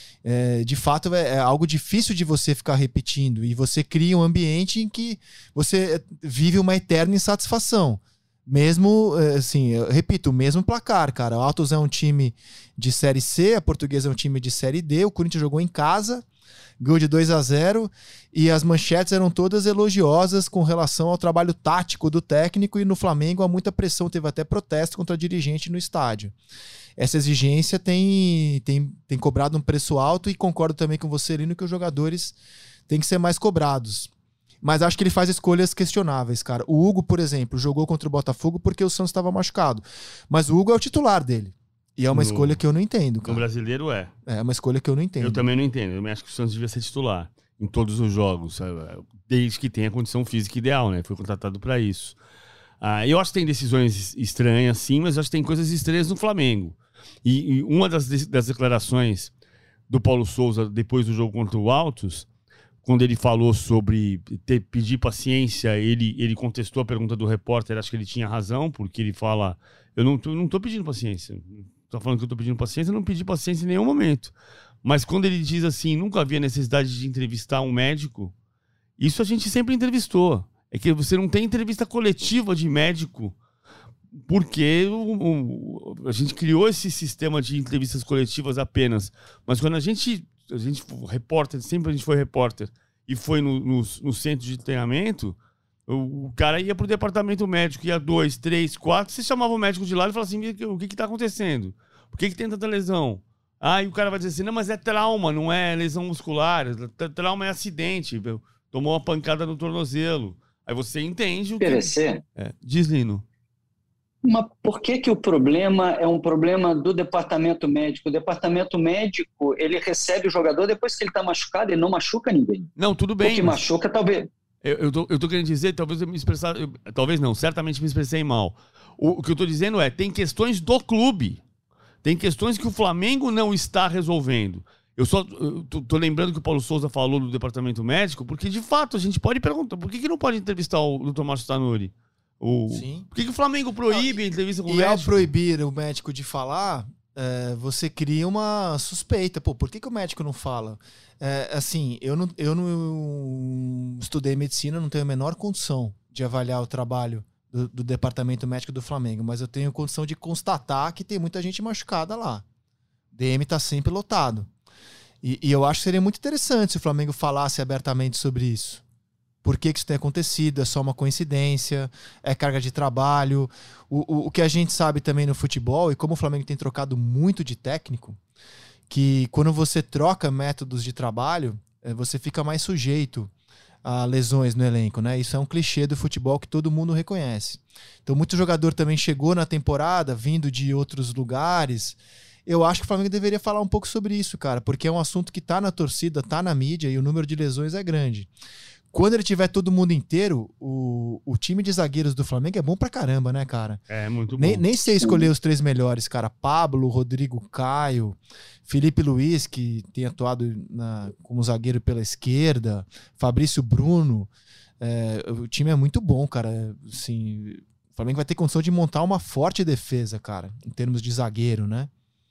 de fato é algo difícil de você ficar repetindo, e você cria um ambiente em que você vive uma eterna insatisfação, mesmo assim, eu repito, o mesmo placar, cara. O Altos é um time de Série C, a Portuguesa é um time de Série D, o Corinthians jogou em casa, ganhou de 2-0, e as manchetes eram todas elogiosas com relação ao trabalho tático do técnico, e no Flamengo há muita pressão, teve até protesto contra a dirigente no estádio. Essa exigência tem cobrado um preço alto, e concordo também com você, Lino, que os jogadores têm que ser mais cobrados. Mas acho que ele faz escolhas questionáveis, cara. O Hugo, por exemplo, jogou contra o Botafogo porque o Santos estava machucado. Mas o Hugo é o titular dele. E é uma escolha que eu não entendo, cara. No brasileiro é. É uma escolha que eu não entendo. Eu também não entendo. Eu também acho que o Santos devia ser titular em todos os jogos, sabe? Desde que tenha a condição física ideal, né? Foi contratado para isso. Eu acho que tem decisões estranhas, sim, mas eu acho que tem coisas estranhas no Flamengo. E uma das declarações do Paulo Souza depois do jogo contra o Altos, quando ele falou sobre pedir paciência, ele contestou a pergunta do repórter, acho que ele tinha razão, porque ele fala, eu não tô pedindo paciência. Tá falando que eu tô pedindo paciência, eu não pedi paciência em nenhum momento. Mas quando ele diz assim, nunca havia necessidade de entrevistar um médico, isso a gente sempre entrevistou. É que você não tem entrevista coletiva de médico, porque a gente criou esse sistema de entrevistas coletivas apenas. Mas quando a gente repórter, sempre a gente foi repórter, e foi no centro de treinamento, o cara ia pro departamento médico, ia 2, 3, 4, você chamava o médico de lá e falava assim, o que tá acontecendo? Por que tem tanta lesão? E o cara vai dizer assim, não, mas é trauma, não é lesão muscular, trauma é acidente, tomou uma pancada no tornozelo. Aí você entende o que... PVC? Diz, Lino. Mas por que o problema é um problema do departamento médico? O departamento médico, ele recebe o jogador depois que ele está machucado, ele não machuca ninguém. Não, tudo bem. O que machuca, talvez... Eu tô querendo dizer, talvez eu me expressar... talvez não, certamente me expressei mal. O que eu tô dizendo tem questões do clube. Tem questões que o Flamengo não está resolvendo. Eu tô lembrando que o Paulo Souza falou do departamento médico, porque de fato a gente pode perguntar, por que não pode entrevistar o Dr. Márcio Tanuri? Sim. Por que o Flamengo proíbe a entrevista com o médico? E ao proibir o médico de falar, você cria uma suspeita. Pô, por que o médico não fala? Assim, eu não estudei medicina, não tenho a menor condição de avaliar o trabalho do departamento médico do Flamengo, mas eu tenho condição de constatar que tem muita gente machucada lá. O DM tá sempre lotado. E eu acho que seria muito interessante se o Flamengo falasse abertamente sobre isso. Por que isso tem acontecido? É só uma coincidência? É carga de trabalho? O que a gente sabe também no futebol, e como o Flamengo tem trocado muito de técnico, que quando você troca métodos de trabalho, você fica mais sujeito a lesões no elenco, né? Isso é um clichê do futebol que todo mundo reconhece. Então, muito jogador também chegou na temporada, vindo de outros lugares. Eu acho que o Flamengo deveria falar um pouco sobre isso, cara, porque é um assunto que tá na torcida, tá na mídia, e o número de lesões é grande. Quando ele tiver todo mundo inteiro, o time de zagueiros do Flamengo é bom pra caramba, né, cara? É, muito bom. Nem sei escolher os 3 melhores, cara. Pablo, Rodrigo Caio, Felipe Luiz, que tem atuado como zagueiro pela esquerda, Fabrício Bruno. O time é muito bom, cara. Assim, o Flamengo vai ter condição de montar uma forte defesa, cara, em termos de zagueiro, né?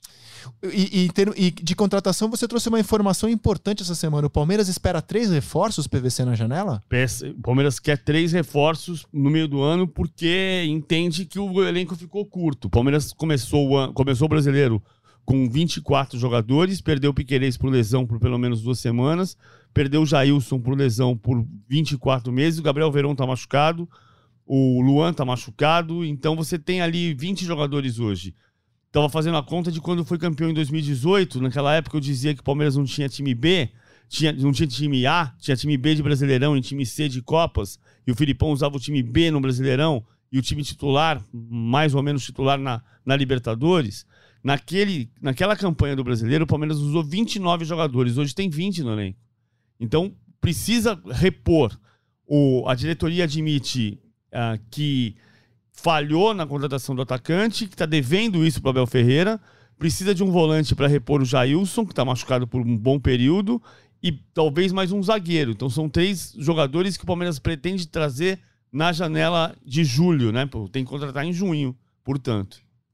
E de contratação, você trouxe uma informação importante essa semana. O Palmeiras espera 3 reforços PVC na janela? O Palmeiras quer 3 reforços no meio do ano porque entende que o elenco ficou curto. O Palmeiras começou o brasileiro com 24 jogadores, perdeu o Piquerez por lesão por pelo menos 2 semanas, perdeu o Jailson por lesão por 24 meses, o Gabriel Veron tá machucado, o Luan tá machucado, então você tem ali 20 jogadores hoje. Estava fazendo a conta de quando foi campeão em 2018. Naquela época eu dizia que o Palmeiras não tinha time B, não tinha time A, tinha time B de Brasileirão e time C de Copas. E o Filipão usava o time B no Brasileirão e o time titular, mais ou menos titular na Libertadores. naquela campanha do Brasileiro, o Palmeiras usou 29 jogadores. Hoje tem 20 no elenco. Então, precisa repor. A diretoria admite que falhou na contratação do atacante, que está devendo isso para o Abel Ferreira. Precisa de um volante para repor o Jailson, que está machucado por um bom período, e talvez mais um zagueiro. Então são 3 jogadores que o Palmeiras pretende trazer na janela de julho, né? Tem que contratar em junho, portanto.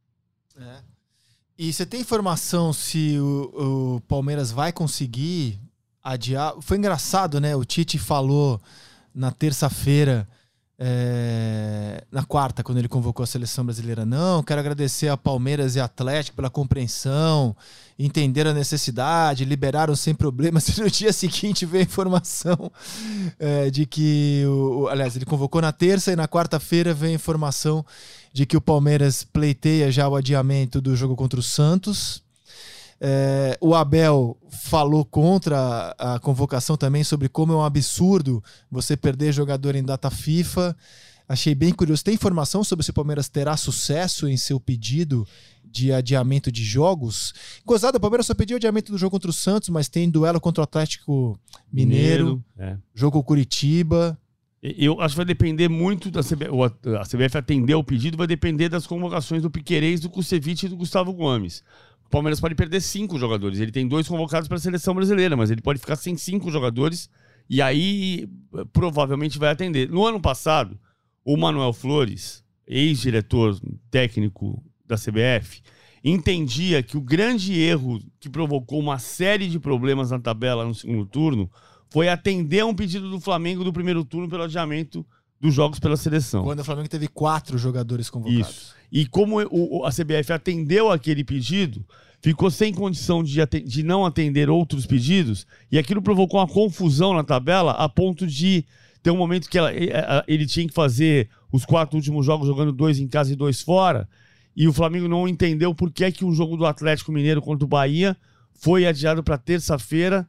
E você tem informação se o Palmeiras vai conseguir adiar? Foi engraçado, né? O Tite falou na terça-feira, na quarta, quando ele convocou a seleção brasileira. Não, quero agradecer a Palmeiras e Atlético pela compreensão, entenderam a necessidade, liberaram sem problemas. E no dia seguinte veio a informação de que... aliás, ele convocou na terça e na quarta-feira veio a informação de que o Palmeiras pleiteia já o adiamento do jogo contra o Santos. O Abel falou contra a convocação também, sobre como é um absurdo você perder jogador em data FIFA. Achei bem curioso. Tem informação sobre se o Palmeiras terá sucesso em seu pedido de adiamento de jogos? Gozado, o Palmeiras só pediu adiamento do jogo contra o Santos, mas tem duelo contra o Atlético Mineiro. Jogo Curitiba. Eu acho que vai depender muito da CBF. A CBF atender o pedido vai depender das convocações do Piquerez, do Kusevich e do Gustavo Gomes. O Palmeiras pode perder 5 jogadores. Ele tem 2 convocados para a seleção brasileira, mas ele pode ficar sem 5 jogadores e aí provavelmente vai atender. No ano passado, o Manuel Flores, ex-diretor técnico da CBF, entendia que o grande erro que provocou uma série de problemas na tabela no segundo turno foi atender a um pedido do Flamengo do primeiro turno pelo adiamento dos jogos pela seleção. Quando o Flamengo teve 4 jogadores convocados. Isso. E como a CBF atendeu aquele pedido, ficou sem condição de não atender outros pedidos, e aquilo provocou uma confusão na tabela a ponto de ter um momento que ele tinha que fazer os 4 últimos jogos jogando 2 em casa e 2 fora, e o Flamengo não entendeu por que o jogo do Atlético Mineiro contra o Bahia foi adiado para terça-feira,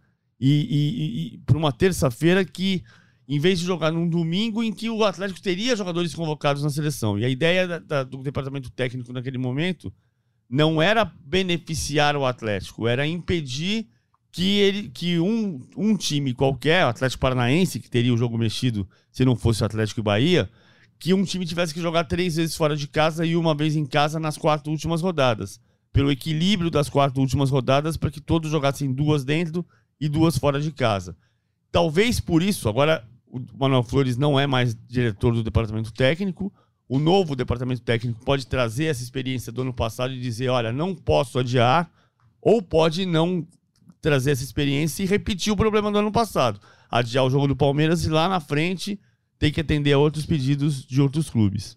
e para uma terça-feira que, em vez de jogar num domingo em que o Atlético teria jogadores convocados na seleção. E a ideia do departamento técnico naquele momento não era beneficiar o Atlético, era impedir que um time qualquer, o Atlético Paranaense, que teria o jogo mexido se não fosse o Atlético e Bahia, que um time tivesse que jogar 3 vezes fora de casa e uma vez em casa nas 4 últimas rodadas. Pelo equilíbrio das 4 últimas rodadas, para que todos jogassem 2 dentro e 2 fora de casa. Talvez por isso, agora o Manuel Flores não é mais diretor do departamento técnico, o novo departamento técnico pode trazer essa experiência do ano passado e dizer, olha, não posso adiar, ou pode não trazer essa experiência e repetir o problema do ano passado. Adiar o jogo do Palmeiras e lá na frente tem que atender a outros pedidos de outros clubes.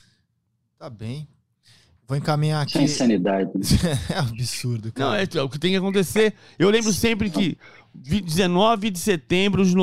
Tá bem. Vou encaminhar aqui. Que insanidade. É absurdo, cara. Não, o que tem que acontecer... Eu lembro sempre que 19 de setembro de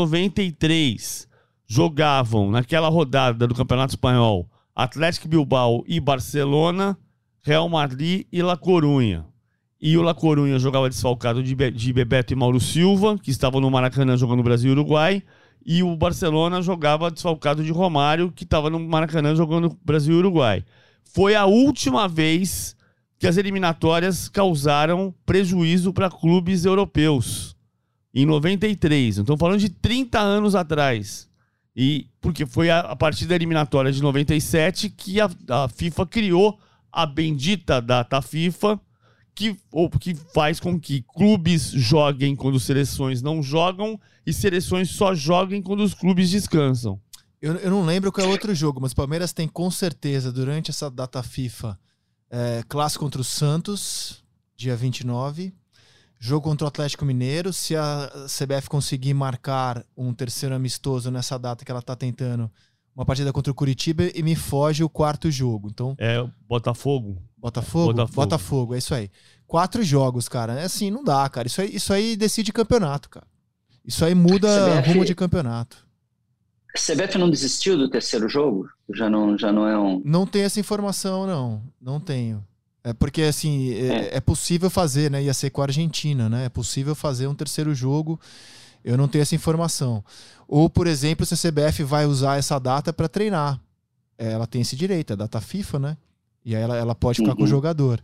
93 jogavam naquela rodada do Campeonato Espanhol Atlético Bilbao e Barcelona, Real Madrid e La Coruña. E o La Coruña jogava desfalcado de Bebeto e Mauro Silva, que estavam no Maracanã jogando no Brasil e Uruguai, e o Barcelona jogava desfalcado de Romário, que estava no Maracanã jogando no Brasil e Uruguai. Foi a última vez que as eliminatórias causaram prejuízo para clubes europeus. Em 93. Estamos falando de 30 anos atrás. E porque foi a partir da eliminatória de 97 que a FIFA criou a bendita data FIFA, que faz com que clubes joguem quando seleções não jogam e seleções só joguem quando os clubes descansam. Eu não lembro qual é outro jogo, mas o Palmeiras tem com certeza, durante essa data FIFA, clássico contra o Santos, dia 29, jogo contra o Atlético Mineiro. Se a CBF conseguir marcar um terceiro amistoso nessa data que ela está tentando, uma partida contra o Curitiba, e me foge o 4º jogo. Então, Botafogo. Botafogo, é isso aí. 4 jogos, cara. É assim, não dá, cara. Isso aí decide campeonato, cara. Isso aí muda rumo de campeonato. A CBF não desistiu do terceiro jogo? Já não é um... Não tenho essa informação, não. Não tenho. Porque, assim, é possível fazer, né? Ia ser com a Argentina, né? É possível fazer um terceiro jogo. Eu não tenho essa informação. Ou, por exemplo, se a CBF vai usar essa data para treinar. Ela tem esse direito, a data FIFA, né? E aí ela pode ficar com o jogador.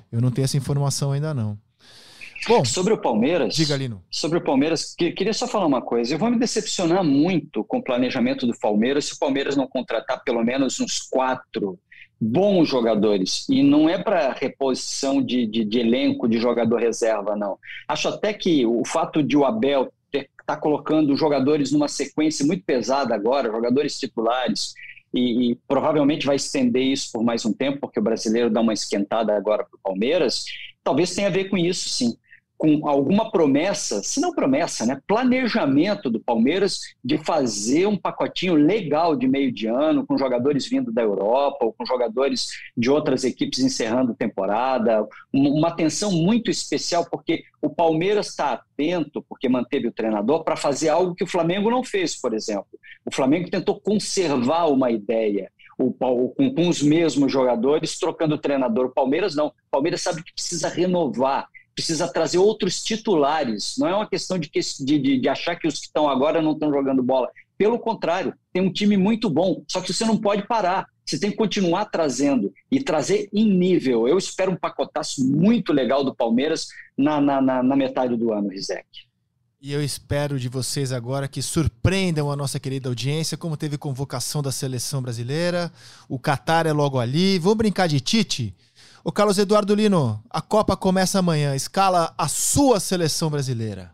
Eu não tenho essa informação ainda não. Bom, sobre o Palmeiras, diga, Lino. Sobre o Palmeiras, queria só falar uma coisa. Eu vou me decepcionar muito com o planejamento do Palmeiras se o Palmeiras não contratar pelo menos uns 4 bons jogadores. E não é para reposição de elenco de jogador reserva, não. Acho até que o fato de o Abel estar colocando jogadores numa sequência muito pesada agora, jogadores titulares, e provavelmente vai estender isso por mais um tempo, porque o brasileiro dá uma esquentada agora para o Palmeiras, talvez tenha a ver com isso, sim. Com alguma promessa, se não promessa, né? Planejamento do Palmeiras de fazer um pacotinho legal de meio de ano, com jogadores vindo da Europa ou com jogadores de outras equipes encerrando temporada, uma atenção muito especial, porque o Palmeiras está atento, porque manteve o treinador, para fazer algo que o Flamengo não fez, por exemplo. O Flamengo tentou conservar uma ideia, com os mesmos jogadores, trocando o treinador. O Palmeiras não. O Palmeiras sabe que precisa renovar, precisa trazer outros titulares. Não é uma questão de achar que os que estão agora não estão jogando bola. Pelo contrário, tem um time muito bom, só que você não pode parar. Você tem que continuar trazendo e trazer em nível. Eu espero um pacotaço muito legal do Palmeiras na metade do ano, Rizek. E eu espero de vocês agora que surpreendam a nossa querida audiência, como teve convocação da seleção brasileira, o Catar é logo ali. Vamos brincar de Tite? Ô Carlos Eduardo Lino, a Copa começa amanhã. Escala a sua seleção brasileira.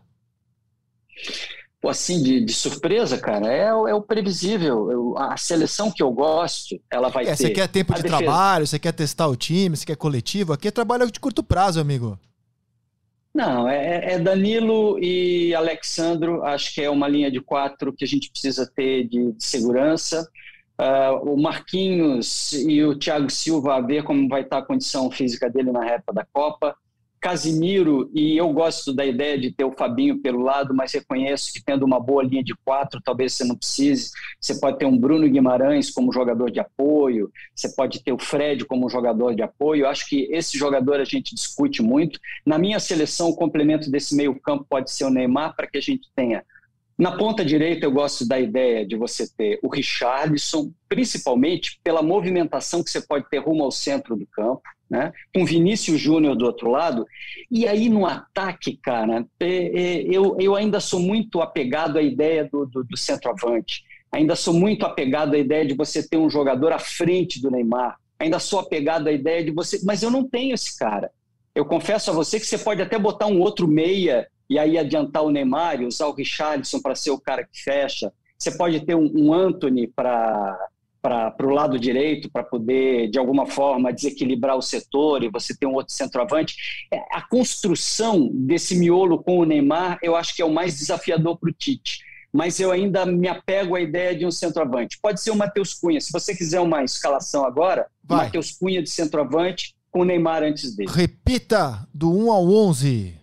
Pô, assim, de surpresa, cara, é o previsível. A seleção que eu gosto, ela vai ter... Você quer tempo de trabalho, você quer testar o time, você quer coletivo. Aqui é trabalho de curto prazo, amigo. Não, é Danilo e Alexandro. Acho que é uma linha de 4 que a gente precisa ter de segurança. O Marquinhos e o Thiago Silva, a ver como vai estar a condição física dele na reta da Copa. Casimiro, e eu gosto da ideia de ter o Fabinho pelo lado, mas reconheço que tendo uma boa linha de 4, talvez você não precise. Você pode ter um Bruno Guimarães como jogador de apoio, você pode ter o Fred como jogador de apoio. Eu acho que esse jogador a gente discute muito. Na minha seleção, o complemento desse meio campo pode ser o Neymar, para que a gente tenha... Na ponta direita, eu gosto da ideia de você ter o Richarlison, principalmente pela movimentação que você pode ter rumo ao centro do campo, né? Com Vinícius Júnior do outro lado. E aí no ataque, cara, eu ainda sou muito apegado à ideia do centroavante. Ainda sou muito apegado à ideia de você ter um jogador à frente do Neymar. Ainda sou apegado à ideia de você... Mas eu não tenho esse cara. Eu confesso a você que você pode até botar um outro meia e aí adiantar o Neymar e usar o Richarlison para ser o cara que fecha. Você pode ter um Antony para o lado direito, para poder, de alguma forma, desequilibrar o setor, e você ter um outro centroavante. A construção desse miolo com o Neymar, eu acho que é o mais desafiador para o Tite. Mas eu ainda me apego à ideia de um centroavante. Pode ser o Matheus Cunha. Se você quiser uma escalação agora, o Matheus Cunha de centroavante com o Neymar antes dele. Repita, do 1 ao 11.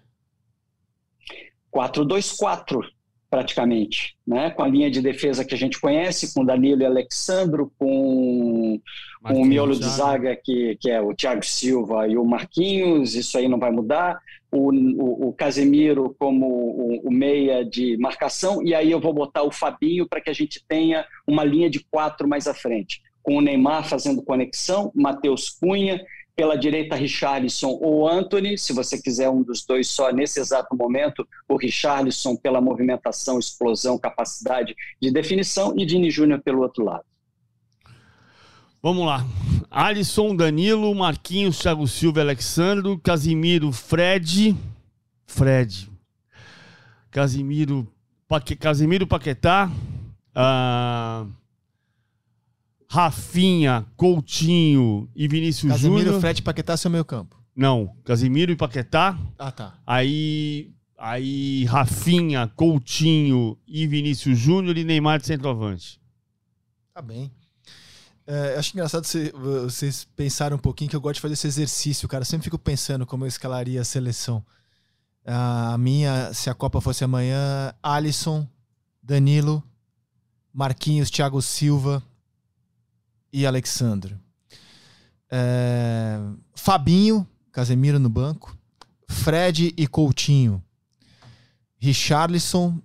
4-2-4, praticamente, né? Com a linha de defesa que a gente conhece, com Danilo e Alexandro, com o miolo de zaga, que é o Thiago Silva e o Marquinhos. Isso aí não vai mudar. O Casemiro como o meia de marcação, e aí eu vou botar o Fabinho para que a gente tenha uma linha de 4 mais à frente, com o Neymar fazendo conexão, Matheus Cunha, pela direita Richarlison ou Antony, se você quiser um dos dois só nesse exato momento, o Richarlison pela movimentação, explosão, capacidade de definição, e Vini Júnior pelo outro lado. Vamos lá. Alisson, Danilo, Marquinhos, Thiago Silva, Alexandro, Casimiro, Fred, Casimiro, Paquetá, Rafinha, Coutinho e Vinícius Júnior. Casemiro, Fred e Paquetá, seu meio campo. Não, Casimiro e Paquetá. Ah, tá. Aí Rafinha, Coutinho e Vinícius Júnior e Neymar de centroavante. Tá bem. Acho engraçado vocês pensarem um pouquinho, que eu gosto de fazer esse exercício, cara. Eu sempre fico pensando como eu escalaria a seleção. A minha, se a Copa fosse amanhã, Alisson, Danilo, Marquinhos, Thiago Silva e Alexandre. Fabinho, Casemiro no banco, Fred e Coutinho, Richarlison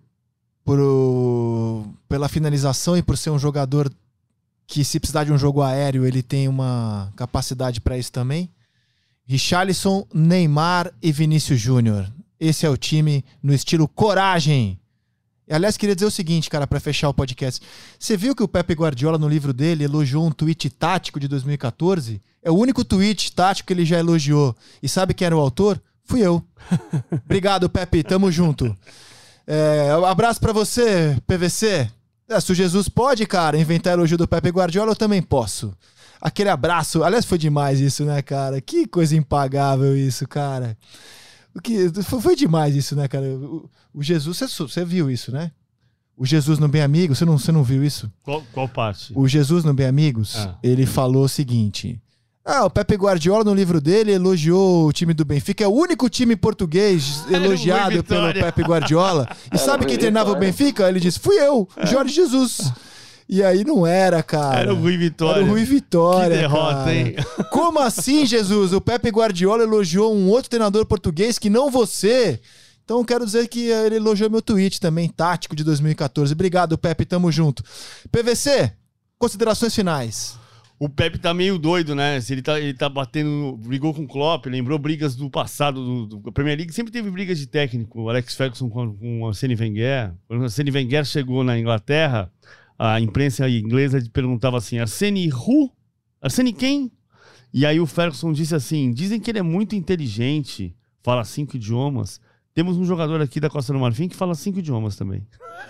pela finalização e por ser um jogador que, se precisar de um jogo aéreo, ele tem uma capacidade para isso também, Richarlison, Neymar e Vinícius Júnior. Esse é o time no estilo coragem. E, aliás, queria dizer o seguinte, cara, pra fechar o podcast. Você viu que o Pepe Guardiola, no livro dele, elogiou um tweet tático de 2014? É o único tweet tático que ele já elogiou. E sabe quem era o autor? Fui eu. Obrigado, Pepe. Tamo junto. Abraço pra você, PVC. Se o Jesus pode, cara, inventar elogio do Pepe Guardiola, eu também posso. Aquele abraço. Aliás, foi demais isso, né, cara? Que coisa impagável isso, cara. Foi demais isso, né, cara? O Jesus, você viu isso, né? O Jesus no Bem Amigos, você não viu isso? Qual parte? O Jesus no Bem Amigos, ele falou o seguinte... o Pepe Guardiola, no livro dele, elogiou o time do Benfica. É o único time português elogiado pelo Pepe Guardiola. E sabe quem treinava o Benfica? Ele disse, fui eu, Jorge Jesus. E aí não era, cara. Era o Rui Vitória. Era o Rui Vitória, que derrota, cara. hein? Como assim, Jesus? O Pepe Guardiola elogiou um outro treinador português que não você. Então eu quero dizer que ele elogiou meu tweet também, tático de 2014. Obrigado, Pepe, tamo junto. PVC, considerações finais. O Pepe tá meio doido, né? Ele tá batendo, brigou com o Klopp, lembrou brigas do passado da Premier League. Sempre teve brigas de técnico. O Alex Ferguson com o Arsene Wenger. Quando o Arsene Wenger chegou na Inglaterra, a imprensa inglesa perguntava assim, Arsene who? Arsene quem? E aí o Ferguson disse assim, dizem que ele é muito inteligente, fala 5 idiomas. Temos um jogador aqui da Costa do Marfim que fala 5 idiomas também.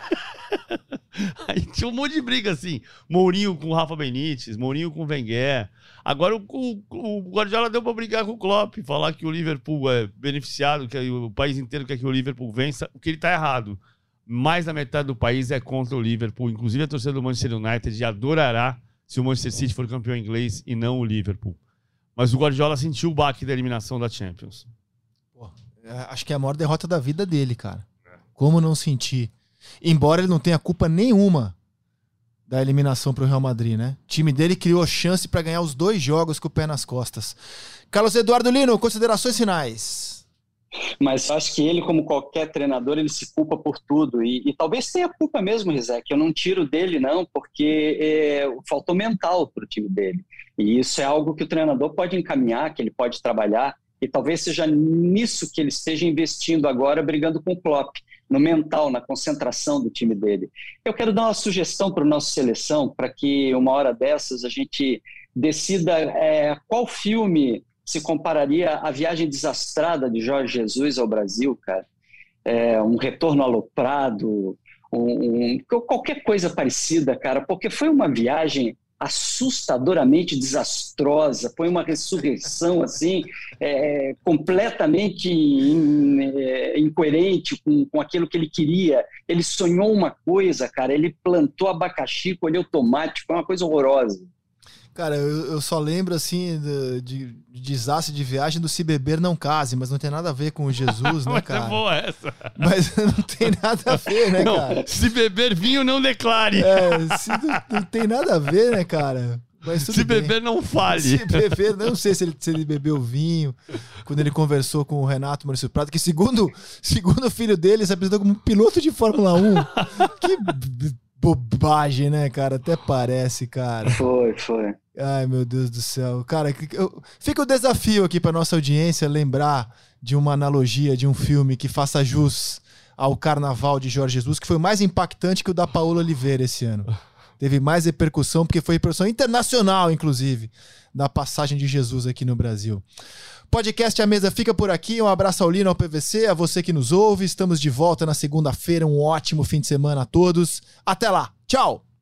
Aí tinha um monte de briga assim. Mourinho com o Rafa Benítez, Mourinho com o Wenger. Agora o Guardiola deu pra brigar com o Klopp, falar que o Liverpool é beneficiado, que o país inteiro quer que o Liverpool vença, o que ele tá errado. Mais da metade do país é contra o Liverpool. Inclusive a torcida do Manchester United adorará se o Manchester City for campeão inglês e não o Liverpool. Mas o Guardiola sentiu o baque da eliminação da Champions. Acho que é a maior derrota da vida dele, cara. Como não sentir? Embora ele não tenha culpa nenhuma da eliminação pro Real Madrid, né? O time dele criou chance para ganhar os 2 jogos com o pé nas costas. Carlos Eduardo Lino, considerações finais. Mas acho que ele, como qualquer treinador, ele se culpa por tudo. E talvez tenha culpa mesmo, Rizek. Eu não tiro dele, não, porque faltou mental pro time dele. E isso é algo que o treinador pode encaminhar, que ele pode trabalhar. E talvez seja nisso que ele esteja investindo agora, brigando com o Klopp, no mental, na concentração do time dele. Eu quero dar uma sugestão para o nosso seleção, para que uma hora dessas a gente decida qual filme se compararia à viagem desastrada de Jorge Jesus ao Brasil, cara. Um retorno aloprado, qualquer coisa parecida, cara, porque foi uma viagem assustadoramente desastrosa, foi uma ressurreição assim, completamente incoerente com aquilo que ele queria. Ele sonhou uma coisa, cara, ele plantou abacaxi, colheu tomate, foi uma coisa horrorosa. Cara, eu só lembro, assim, de desastre de viagem do Se Beber Não Case, mas não tem nada a ver com o Jesus, né, cara? Mas é boa essa. Mas não tem nada a ver, né, não, cara? Se beber vinho, não declare. Não tem nada a ver, né, cara? Mas se beber, não fale. Se beber, não sei se ele bebeu vinho, quando ele conversou com o Renato Maurício Prado, que segundo o filho dele, se apresentou como um piloto de Fórmula 1. Que bobagem, né, cara? Até parece, cara. Foi. Ai, meu Deus do céu. Cara, fica o desafio aqui para nossa audiência lembrar de uma analogia de um filme que faça jus ao Carnaval de Jorge Jesus, que foi mais impactante que o da Paola Oliveira esse ano. Teve mais repercussão, porque foi repercussão internacional, inclusive, da passagem de Jesus aqui no Brasil. Podcast A Mesa fica por aqui. Um abraço ao Lino, ao PVC, a você que nos ouve. Estamos de volta na segunda-feira. Um ótimo fim de semana a todos. Até lá. Tchau!